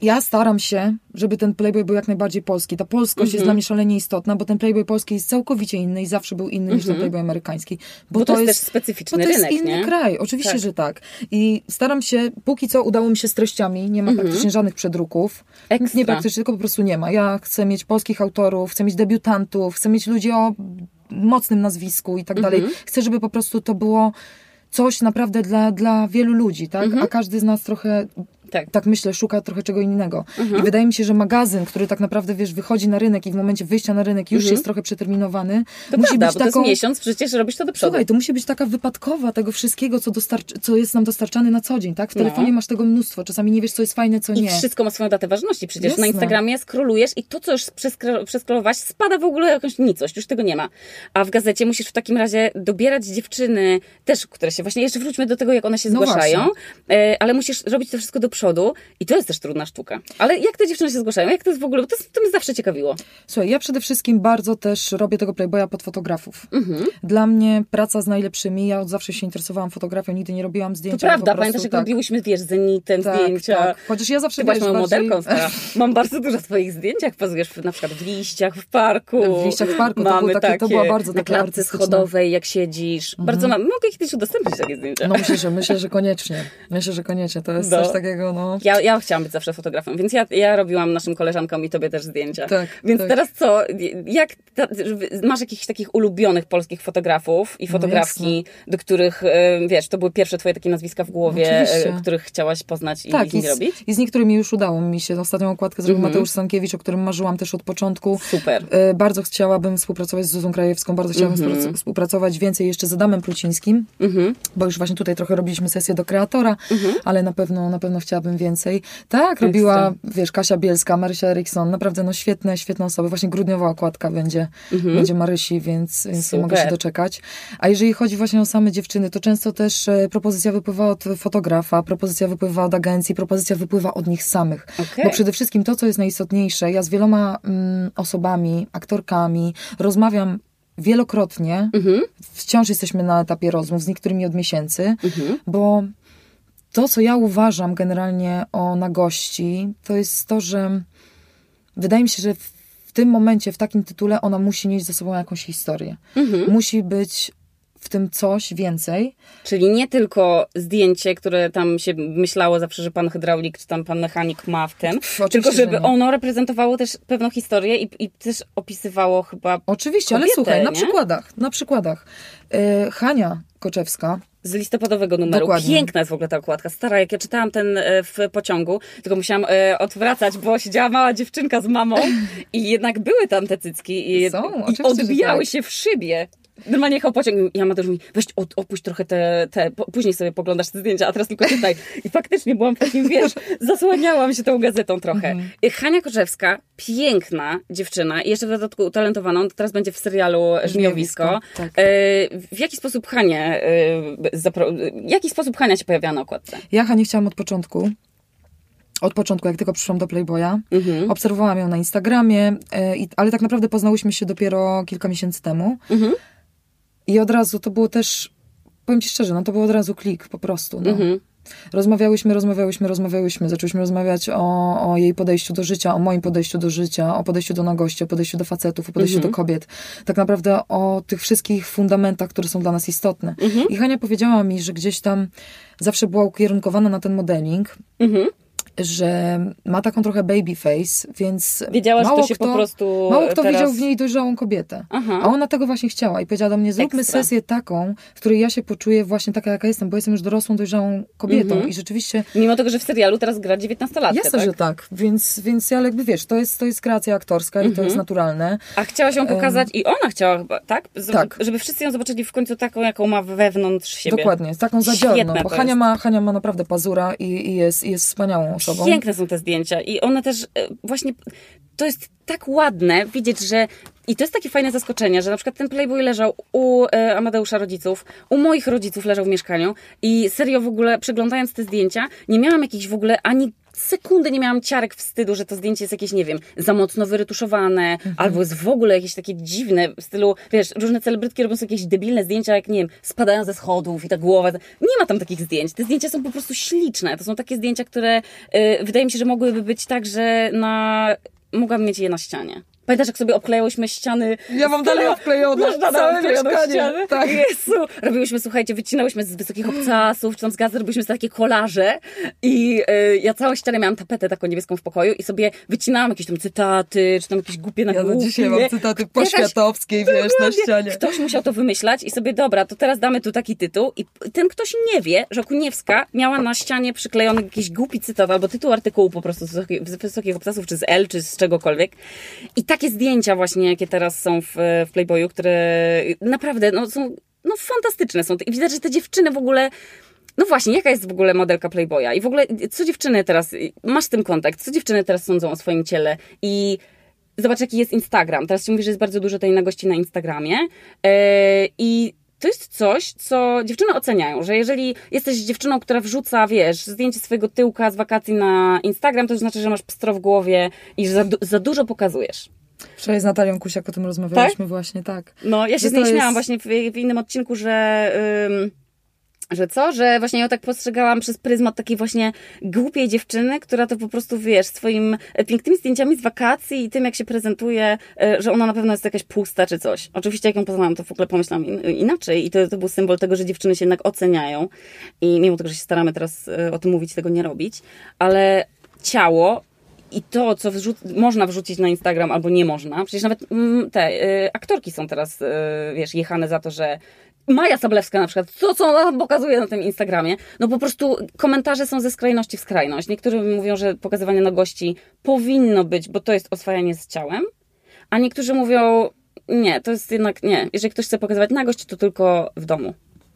ja staram się, żeby ten Playboy był jak najbardziej polski. Ta polskość jest dla mnie szalenie istotna, bo ten Playboy polski jest całkowicie inny i zawsze był inny niż ten Playboy amerykański. Bo to jest też specyficzny rynek, to jest inny kraj, oczywiście, że tak. I staram się, póki co udało mi się z treściami, nie ma praktycznie żadnych przedruków. Nic nie praktycznie, tylko po prostu nie ma. Ja chcę mieć polskich autorów, chcę mieć debiutantów, chcę mieć ludzi o mocnym nazwisku i tak dalej. Chcę, żeby po prostu to było coś naprawdę dla wielu ludzi, tak? A każdy z nas trochę, tak myślę, szuka trochę czego innego. I wydaje mi się, że magazyn, który tak naprawdę, wiesz, wychodzi na rynek i w momencie wyjścia na rynek już jest trochę przeterminowany. To musi prawda, być bo to jest miesiąc, przecież robisz to do przodu. Słuchaj, to musi być taka wypadkowa tego wszystkiego, co jest nam dostarczane na co dzień, tak? W telefonie masz tego mnóstwo, czasami nie wiesz, co jest fajne, co nie. I wszystko ma swoją datę ważności. Przecież na Instagramie scrollujesz i to, co już przeskrolowałaś, spada w ogóle jakąś nicość, już tego nie ma. A w gazecie musisz w takim razie dobierać dziewczyny też, które się właśnie, jeszcze wróćmy do tego, jak one się zgłaszają, ale musisz robić to wszystko do przodu i to jest też trudna sztuka. Ale jak te dziewczyny się zgłaszają? Jak to jest w ogóle? Bo to mnie zawsze ciekawiło. Słuchaj, ja przede wszystkim bardzo też robię tego Playboya pod fotografów. Dla mnie praca z najlepszymi, ja od zawsze się interesowałam fotografią, nigdy nie robiłam zdjęć. To prawda, pamiętasz, jak robiłyśmy, wiesz, Zenitem zdjęcia. Tak. Chociaż ja zawsze... Ty byłaś moją modelką, stara. Mam bardzo dużo twoich zdjęć, jak pozujesz na przykład w liściach w parku. W liściach w parku, to była bardzo taka na klatce schodowej, jak siedzisz. Bardzo mogę kiedyś udostępnić takie zdjęcia. No myślę, że koniecznie. To jest coś takiego, no. Ja chciałam być zawsze fotografem, więc ja robiłam naszym koleżankom i tobie też zdjęcia. Tak, więc teraz co? Masz jakichś takich ulubionych polskich fotografów i fotografki, do których, wiesz, to były pierwsze twoje takie nazwiska w głowie, których chciałaś poznać i z nimi robić? I z niektórymi już udało mi się. Ostatnią okładkę zrobił Mateusz Stankiewicz, o którym marzyłam też od początku. Super. Bardzo chciałabym współpracować z Zuzą Krajewską, bardzo chciałabym współpracować więcej jeszcze z Adamem Prucińskim, bo już właśnie tutaj trochę robiliśmy sesję do kreatora, ale na pewno chciałabym więcej. Tak, robiła, wiesz, Kasia Bielska, Marysia Eriksson, naprawdę no świetne osoby. Właśnie grudniowa okładka będzie Marysi, więc nie mogę się doczekać. A jeżeli chodzi właśnie o same dziewczyny, to często też propozycja wypływa od fotografa, propozycja wypływa od agencji, propozycja wypływa od nich samych. Bo przede wszystkim to, co jest najistotniejsze, ja z wieloma osobami, aktorkami rozmawiam wielokrotnie, wciąż jesteśmy na etapie rozmów, z niektórymi od miesięcy, bo to, co ja uważam generalnie o nagości, to jest to, że wydaje mi się, że w tym momencie, w takim tytule ona musi nieść ze sobą jakąś historię. Musi być w tym coś więcej. Czyli nie tylko zdjęcie, które tam się myślało zawsze, że pan hydraulik czy tam pan mechanik ma w tym, tylko żeby ono reprezentowało też pewną historię i też opisywało chyba oczywiście, kobietę, ale słuchaj, nie? na przykładach. Hania Koczewska z listopadowego numeru. Dokładnie. Piękna jest w ogóle ta okładka. Stara, jak ja czytałam ten w pociągu, tylko musiałam odwracać, bo siedziała mała dziewczynka z mamą i jednak były tam te cycki i odbijały się w szybie. Normalnie jechał pociąg i Amadeusz mówi, weź opuść trochę później sobie poglądasz te zdjęcia, a teraz tylko czytaj. I faktycznie byłam w takim, wiesz, zasłaniałam się tą gazetą trochę. Hania Korzewska, piękna dziewczyna i jeszcze w dodatku utalentowana, teraz będzie w serialu Żmiowisko. Tak. W jaki sposób Hania się pojawiała na okładce? Ja Hanię chciałam od początku, jak tylko przyszłam do Playboya. Obserwowałam ją na Instagramie, ale tak naprawdę poznałyśmy się dopiero kilka miesięcy temu. I od razu to było też, powiem ci szczerze, no to był od razu klik po prostu. No. Rozmawiałyśmy. Zaczęłyśmy rozmawiać o jej podejściu do życia, o moim podejściu do życia, o podejściu do nagości, o podejściu do facetów, o podejściu do kobiet. Tak naprawdę o tych wszystkich fundamentach, które są dla nas istotne. I Hania powiedziała mi, że gdzieś tam zawsze była ukierunkowana na ten modeling, że ma taką trochę baby face, więc wiedziała, że to się po prostu mało kto widział w niej dojrzałą kobietę. A ona tego właśnie chciała i powiedziała do mnie, zróbmy sesję taką, w której ja się poczuję właśnie taka, jaka jestem, bo jestem już dorosłą, dojrzałą kobietą i rzeczywiście... Mimo tego, że w serialu teraz gra 19-latkę, jasne, tak? że tak. Więc ja jakby wiesz, to jest kreacja aktorska i to jest naturalne. A chciałaś ją pokazać i ona chciała chyba, tak? Żeby wszyscy ją zobaczyli w końcu taką, jaką ma wewnątrz siebie. Dokładnie, taką zadziorną, bo Hania ma naprawdę pazura i jest wspaniałą osobą. Piękne są te zdjęcia i one też właśnie, to jest tak ładne widzieć, że I to jest takie fajne zaskoczenie, że na przykład ten Playboy leżał u Amadeusza rodziców, u moich rodziców leżał w mieszkaniu i serio w ogóle przeglądając te zdjęcia, nie miałam jakiejś w ogóle ani sekundy nie miałam ciarek wstydu, że to zdjęcie jest jakieś, nie wiem, za mocno wyretuszowane, albo jest w ogóle jakieś takie dziwne w stylu, wiesz, różne celebrytki robią sobie jakieś debilne zdjęcia, jak, nie wiem, spadają ze schodów i ta głowa. Nie ma tam takich zdjęć. Te zdjęcia są po prostu śliczne. To są takie zdjęcia, które wydaje mi się, że mogłyby być tak, że mogłabym mieć je na ścianie. Pamiętasz, jak sobie obklejałyśmy ściany? Ja mam dalej obklejone całe mieszkanie. Tak. Jezu. Robiłyśmy, słuchajcie, wycinałyśmy z wysokich obcasów, czy tam z gazet, robiliśmy takie kolaże i ja całą ścianę miałam tapetę taką niebieską w pokoju i sobie wycinałam jakieś tam cytaty, czy tam jakieś głupie nagłówki. Ja do dzisiaj mam cytaty poświatowskiej, wiesz, na ścianie. Ktoś musiał to wymyślać i sobie, dobra, to teraz damy tu taki tytuł i ten ktoś nie wie, że Okuniewska miała na ścianie przyklejony jakiś głupi cytat albo tytuł artykułu po prostu z wysokich obcasów, czy z L, czy z czegokolwiek. I takie zdjęcia właśnie, jakie teraz są w Playboyu, które naprawdę są fantastyczne są. I widać, że te dziewczyny w ogóle... No właśnie, jaka jest w ogóle modelka Playboya? I w ogóle, co dziewczyny teraz... Masz z tym kontakt. Co dziewczyny teraz sądzą o swoim ciele? I zobacz, jaki jest Instagram. Teraz się mówi, że jest bardzo dużo tej nagości na Instagramie. I to jest coś, co dziewczyny oceniają, że jeżeli jesteś dziewczyną, która wrzuca, wiesz, zdjęcie swojego tyłka z wakacji na Instagram, to znaczy, że masz pstro w głowie i że za dużo pokazujesz. Wczoraj z Natalią Kusiak o tym rozmawialiśmy właśnie, tak. No, ja się z niej śmiałam właśnie w innym odcinku, że właśnie ją tak postrzegałam przez pryzmat takiej właśnie głupiej dziewczyny, która to po prostu, wiesz, swoim pięknymi zdjęciami z wakacji i tym, jak się prezentuje, że ona na pewno jest jakaś pusta czy coś. Oczywiście, jak ją poznałam, to w ogóle pomyślałam inaczej i to był symbol tego, że dziewczyny się jednak oceniają i mimo tego, że się staramy teraz o tym mówić, tego nie robić, ale ciało i to, co można wrzucić na Instagram albo nie można, przecież nawet te aktorki są teraz, wiesz, jechane za to, że Maja Sablewska na przykład, co ona pokazuje na tym Instagramie, no po prostu komentarze są ze skrajności w skrajność. Niektórzy mówią, że pokazywanie nagości powinno być, bo to jest oswajanie z ciałem, a niektórzy mówią, nie, to jest jednak nie. Jeżeli ktoś chce pokazywać nagość, to tylko w domu.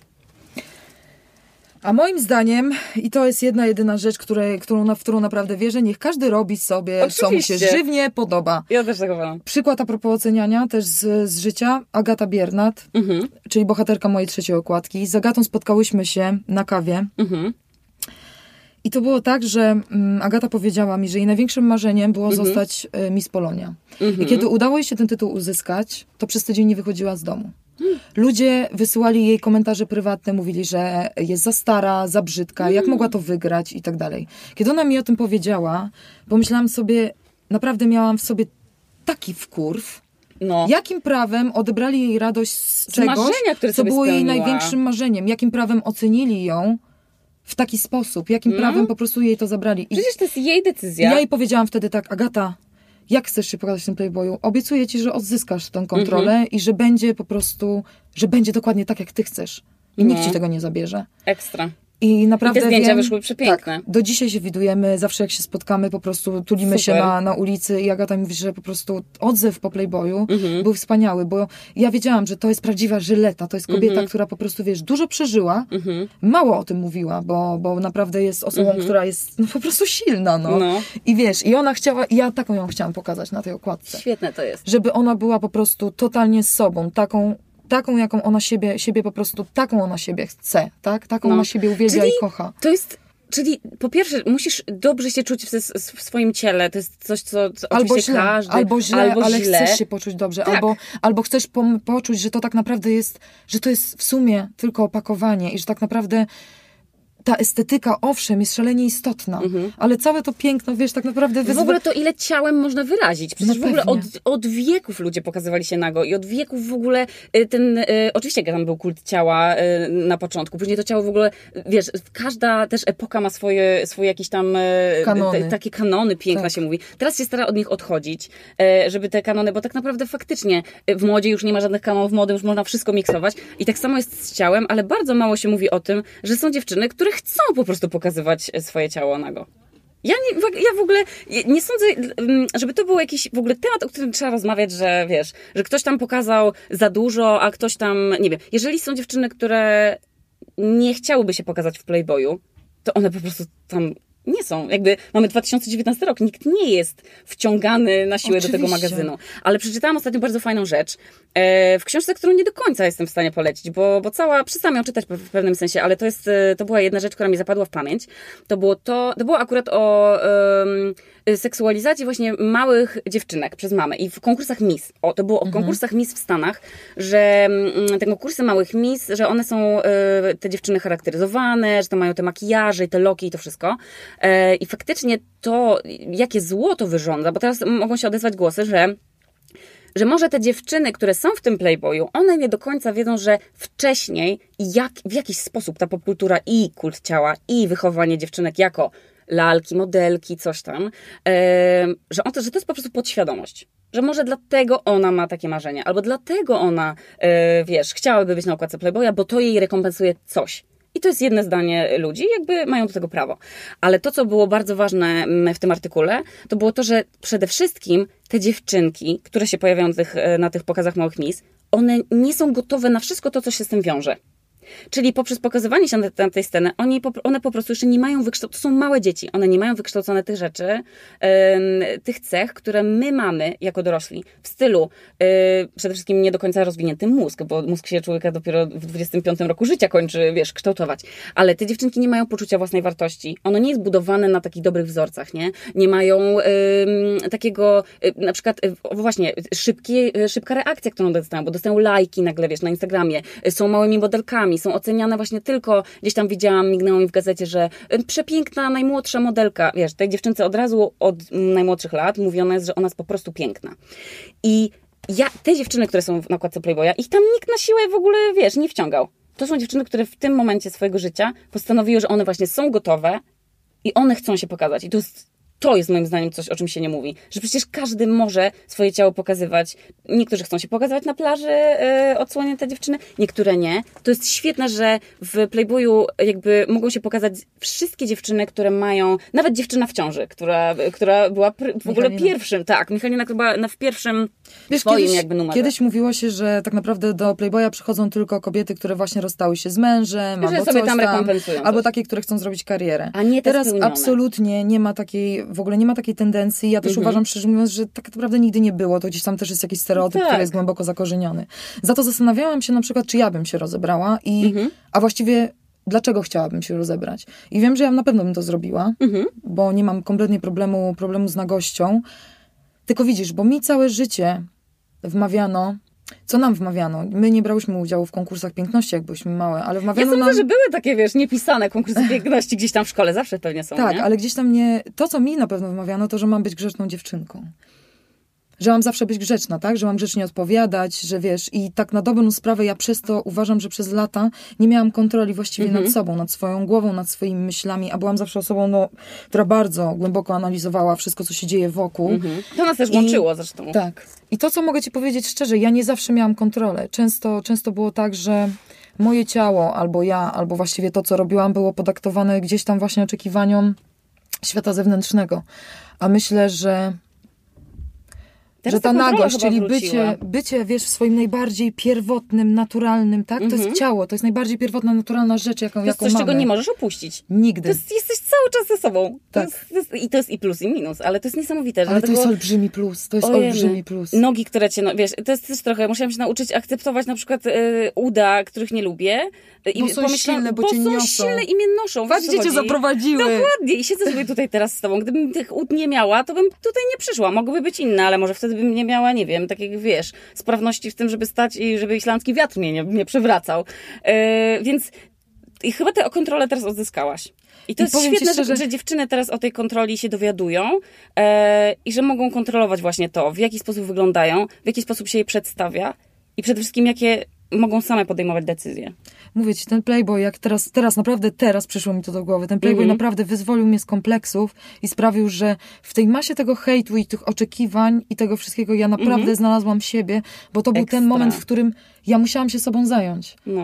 A moim zdaniem, i to jest jedna, jedyna rzecz, w którą naprawdę wierzę, niech każdy robi sobie, oczywiście, co mu się żywnie podoba. Ja też tak uważam. Przykład a propos oceniania, też z życia, Agata Biernat, czyli bohaterka mojej trzeciej okładki. Z Agatą spotkałyśmy się na kawie. I to było tak, że Agata powiedziała mi, że jej największym marzeniem było zostać Miss Polonia. I kiedy udało jej się ten tytuł uzyskać, to przez tydzień nie wychodziła z domu. Ludzie wysyłali jej komentarze prywatne, mówili, że jest za stara, za brzydka, jak mogła to wygrać i tak dalej. Kiedy ona mi o tym powiedziała, pomyślałam sobie, naprawdę miałam w sobie taki wkurw, jakim prawem odebrali jej radość z czegoś, marzenia, co było jej największym marzeniem, jakim prawem ocenili ją w taki sposób, jakim prawem po prostu jej to zabrali. Przecież to jest jej decyzja. Ja jej powiedziałam wtedy tak, Agata, jak chcesz się pokazać w tym Playboyu? Obiecuję ci, że odzyskasz tę kontrolę i że będzie po prostu, że będzie dokładnie tak, jak ty chcesz. I nikt ci tego nie zabierze. Ekstra. I naprawdę I te zdjęcia wyszły przepiękne. Tak, do dzisiaj się widujemy, zawsze jak się spotkamy, po prostu tulimy się na ulicy i Agata mówi, że po prostu odzew po Playboyu był wspaniały, bo ja wiedziałam, że to jest prawdziwa Żyleta, to jest kobieta, która po prostu, wiesz, dużo przeżyła, mało o tym mówiła, bo naprawdę jest osobą, która jest po prostu silna, I wiesz, i ona chciała, i ja taką ją chciałam pokazać na tej okładce. Świetne to jest. Żeby ona była po prostu totalnie z sobą, taką, jaką ona siebie po prostu, taką ona siebie chce, tak? Taką ona siebie uwielbia i kocha. To jest, czyli po pierwsze, musisz dobrze się czuć w swoim ciele. To jest coś, co albo oczywiście źle, każdy... albo źle, ale chcesz się poczuć dobrze. Tak. Albo chcesz poczuć, że to tak naprawdę jest, że to jest w sumie tylko opakowanie i że tak naprawdę ta estetyka, owszem, jest szalenie istotna, ale całe to piękno, wiesz, tak naprawdę... W ogóle to, ile ciałem można wyrazić. Przecież w ogóle od wieków ludzie pokazywali się nago i od wieków w ogóle oczywiście tam był kult ciała na początku, później to ciało w ogóle, wiesz, każda też epoka ma swoje jakieś tam kanony. Takie kanony, piękna się mówi. Teraz się stara od nich odchodzić, żeby te kanony, bo tak naprawdę faktycznie w modzie już nie ma żadnych kanonów mody, już można wszystko miksować i tak samo jest z ciałem, ale bardzo mało się mówi o tym, że są dziewczyny, które chcą po prostu pokazywać swoje ciało nago. Ja w ogóle nie sądzę, żeby to był jakiś w ogóle temat, o którym trzeba rozmawiać, że wiesz, że ktoś tam pokazał za dużo, a ktoś tam, nie wiem. Jeżeli są dziewczyny, które nie chciałyby się pokazać w Playboyu, to one po prostu tam Nie są. Jakby mamy 2019 rok, nikt nie jest wciągany na siłę do tego magazynu. Ale przeczytałam ostatnio bardzo fajną rzecz w książce, którą nie do końca jestem w stanie polecić, bo przestałam ją czytać w pewnym sensie, ale to była jedna rzecz, która mi zapadła w pamięć. To było akurat o seksualizacji właśnie małych dziewczynek przez mamy i w konkursach Miss. To było o konkursach Miss w Stanach, że te konkursy małych Miss, że one są te dziewczyny charakteryzowane, że to mają te makijaże i te loki i to wszystko. I faktycznie to, jakie zło to wyrządza, bo teraz mogą się odezwać głosy, że może te dziewczyny, które są w tym Playboyu, one nie do końca wiedzą, że wcześniej w jakiś sposób ta popkultura i kult ciała i wychowywanie dziewczynek jako lalki, modelki, coś tam, że to jest po prostu podświadomość. Że może dlatego ona ma takie marzenia, albo dlatego ona, chciałaby być na okładce Playboya, bo to jej rekompensuje coś. I to jest jedno zdanie ludzi, jakby mają do tego prawo. Ale to, co było bardzo ważne w tym artykule, to było to, że przede wszystkim te dziewczynki, które się pojawiają na tych pokazach małych Miss, one nie są gotowe na wszystko to, co się z tym wiąże. Czyli poprzez pokazywanie się na tej sceny, one po prostu jeszcze nie mają to są małe dzieci, one nie mają wykształcone tych rzeczy, tych cech, które my mamy jako dorośli. W stylu przede wszystkim nie do końca rozwinięty mózg, bo mózg się człowieka dopiero w 25 roku życia kończy, kształtować. Ale te dziewczynki nie mają poczucia własnej wartości. Ono nie jest budowane na takich dobrych wzorcach, nie? Nie mają takiego, na przykład, właśnie, szybka reakcja, którą dostają, bo dostają lajki nagle, na Instagramie, są małymi modelkami, są oceniane właśnie tylko, gdzieś tam widziałam, mignęło mi w gazecie, że przepiękna, najmłodsza modelka. Tej dziewczynce od razu od najmłodszych lat mówione jest, że ona jest po prostu piękna. I te dziewczyny, które są na okładce Playboya, ich tam nikt na siłę w ogóle, nie wciągał. To są dziewczyny, które w tym momencie swojego życia postanowiły, że one właśnie są gotowe i one chcą się pokazać. I to jest moim zdaniem coś, o czym się nie mówi. Że przecież każdy może swoje ciało pokazywać. Niektórzy chcą się pokazywać na plaży odsłonięte dziewczyny, niektóre nie. To jest świetne, że w Playboyu jakby mogą się pokazać wszystkie dziewczyny, które mają, nawet dziewczyna w ciąży, która była w ogóle pierwszym. Tak, Michalina była w pierwszym swoim jakby numerze. Kiedyś mówiło się, że tak naprawdę do Playboya przychodzą tylko kobiety, które właśnie rozstały się z mężem, albo sobie tam rekompensują albo takie, które chcą zrobić karierę. A nie teraz absolutnie nie ma takiej tendencji. Ja też uważam, szczerze mówiąc, że tak naprawdę nigdy nie było. To gdzieś tam też jest jakiś stereotyp, który jest głęboko zakorzeniony. Za to zastanawiałam się na przykład, czy ja bym się rozebrała a właściwie dlaczego chciałabym się rozebrać. I wiem, że ja na pewno bym to zrobiła, bo nie mam kompletnie problemu z nagością. Tylko widzisz, bo mi całe życie wmawiano. Co nam wmawiano? My nie brałyśmy udziału w konkursach piękności, jak byliśmy małe, ale wmawiano nam... Ja sądzę, że były takie, niepisane konkursy piękności gdzieś tam w szkole, zawsze pewnie są, tak, nie? Ale gdzieś tam nie... To, co mi na pewno wmawiano, to, że mam być grzeczną dziewczynką. Że mam zawsze być grzeczna, tak? Że mam grzecznie odpowiadać, że i tak na dobrą sprawę ja przez to uważam, że przez lata nie miałam kontroli właściwie nad sobą, nad swoją głową, nad swoimi myślami, a byłam zawsze osobą, która bardzo głęboko analizowała wszystko, co się dzieje wokół. To nas też łączyło zresztą. Tak. I to, co mogę ci powiedzieć szczerze, ja nie zawsze miałam kontrolę. Często było tak, że moje ciało, albo ja, albo właściwie to, co robiłam, było podaktowane gdzieś tam właśnie oczekiwaniom świata zewnętrznego. A myślę, że ta nagość, czyli bycie, w swoim najbardziej pierwotnym, naturalnym, tak? To jest ciało, to jest najbardziej pierwotna, naturalna rzecz, jaką mamy. To jest coś, czego nie możesz opuścić. Nigdy. Jesteś cały czas ze sobą. Tak. To jest i plus, i minus, ale to jest niesamowite. Ale to jest olbrzymi plus, olbrzymi plus. Nogi, które cię, to jest też trochę, musiałam się nauczyć akceptować na przykład uda, których nie lubię. Bo są silne, bo cię niosą. Są silne i mnie noszą. Patrz, gdzie cię zaprowadziły. Dokładnie. I siedzę sobie tutaj teraz z tobą. Gdybym tych ud nie miała, to bym tutaj nie przyszła. Mogłyby być inne, ale może wtedy bym nie miała, nie wiem, takiego, sprawności w tym, żeby stać i żeby islandzki wiatr mnie nie przewracał. Więc i chyba tę kontrolę teraz odzyskałaś. I to jest świetne, że dziewczyny teraz o tej kontroli się dowiadują i że mogą kontrolować właśnie to, w jaki sposób wyglądają, w jaki sposób się je przedstawia i przede wszystkim jakie mogą same podejmować decyzje. Mówię ci, ten Playboy, jak naprawdę przyszło mi to do głowy, ten Playboy naprawdę wyzwolił mnie z kompleksów i sprawił, że w tej masie tego hejtu i tych oczekiwań i tego wszystkiego ja naprawdę znalazłam siebie, bo to był ten moment, w którym ja musiałam się sobą zająć. No.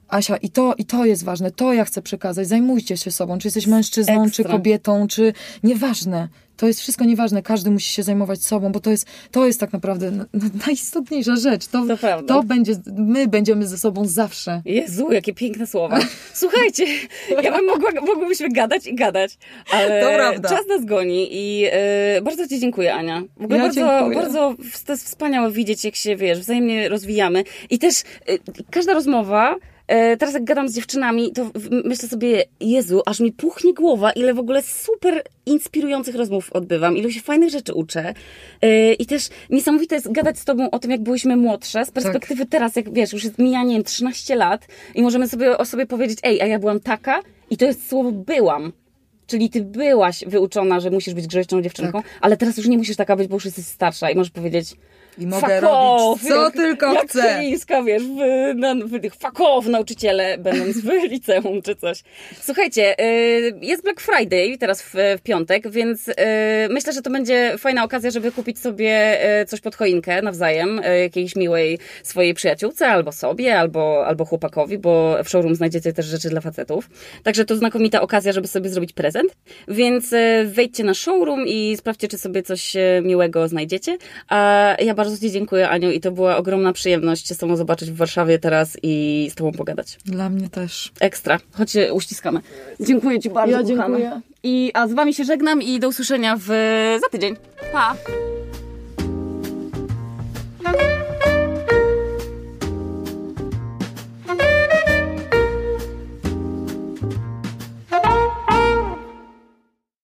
Asia, i to jest ważne, to ja chcę przekazać, zajmujcie się sobą, czy jesteś mężczyzną, czy kobietą, czy nieważne. To jest wszystko nieważne, każdy musi się zajmować sobą, bo to jest tak naprawdę najistotniejsza rzecz. My będziemy ze sobą zawsze. Jezu, jakie piękne słowa. Słuchajcie, mogłybyśmy gadać i gadać, ale to prawda. Czas nas goni i bardzo Ci dziękuję, Ania. W ogóle bardzo to jest wspaniałe widzieć, jak się, wzajemnie rozwijamy i też każda rozmowa. Teraz jak gadam z dziewczynami, to myślę sobie, Jezu, aż mi puchnie głowa, ile w ogóle super inspirujących rozmów odbywam, ile się fajnych rzeczy uczę. I też niesamowite jest gadać z tobą o tym, jak byłyśmy młodsze, z perspektywy teraz, jak już jest mija, 13 lat i możemy sobie o sobie powiedzieć, a ja byłam taka i to jest słowo byłam. Czyli ty byłaś wyuczona, że musisz być grzeczną dziewczynką, ale teraz już nie musisz taka być, bo już jesteś starsza i możesz powiedzieć i mogę robić co tylko jak chcę. Kryńska, w fuck off nauczyciele, będąc w liceum czy coś. Słuchajcie, jest Black Friday teraz w piątek, więc myślę, że to będzie fajna okazja, żeby kupić sobie coś pod choinkę nawzajem, jakiejś miłej swojej przyjaciółce, albo sobie, albo chłopakowi, bo w showroom znajdziecie też rzeczy dla facetów. Także to znakomita okazja, żeby sobie zrobić prezent, więc wejdźcie na showroom i sprawdźcie, czy sobie coś miłego znajdziecie. A ja bardzo Ci dziękuję, Aniu, i to była ogromna przyjemność się z Tobą zobaczyć w Warszawie teraz i z Tobą pogadać. Dla mnie też. Ekstra. Chodź się uściskamy. Dziękuję Ci bardzo, ja dziękuję. A z Wami się żegnam i do usłyszenia za tydzień. Pa!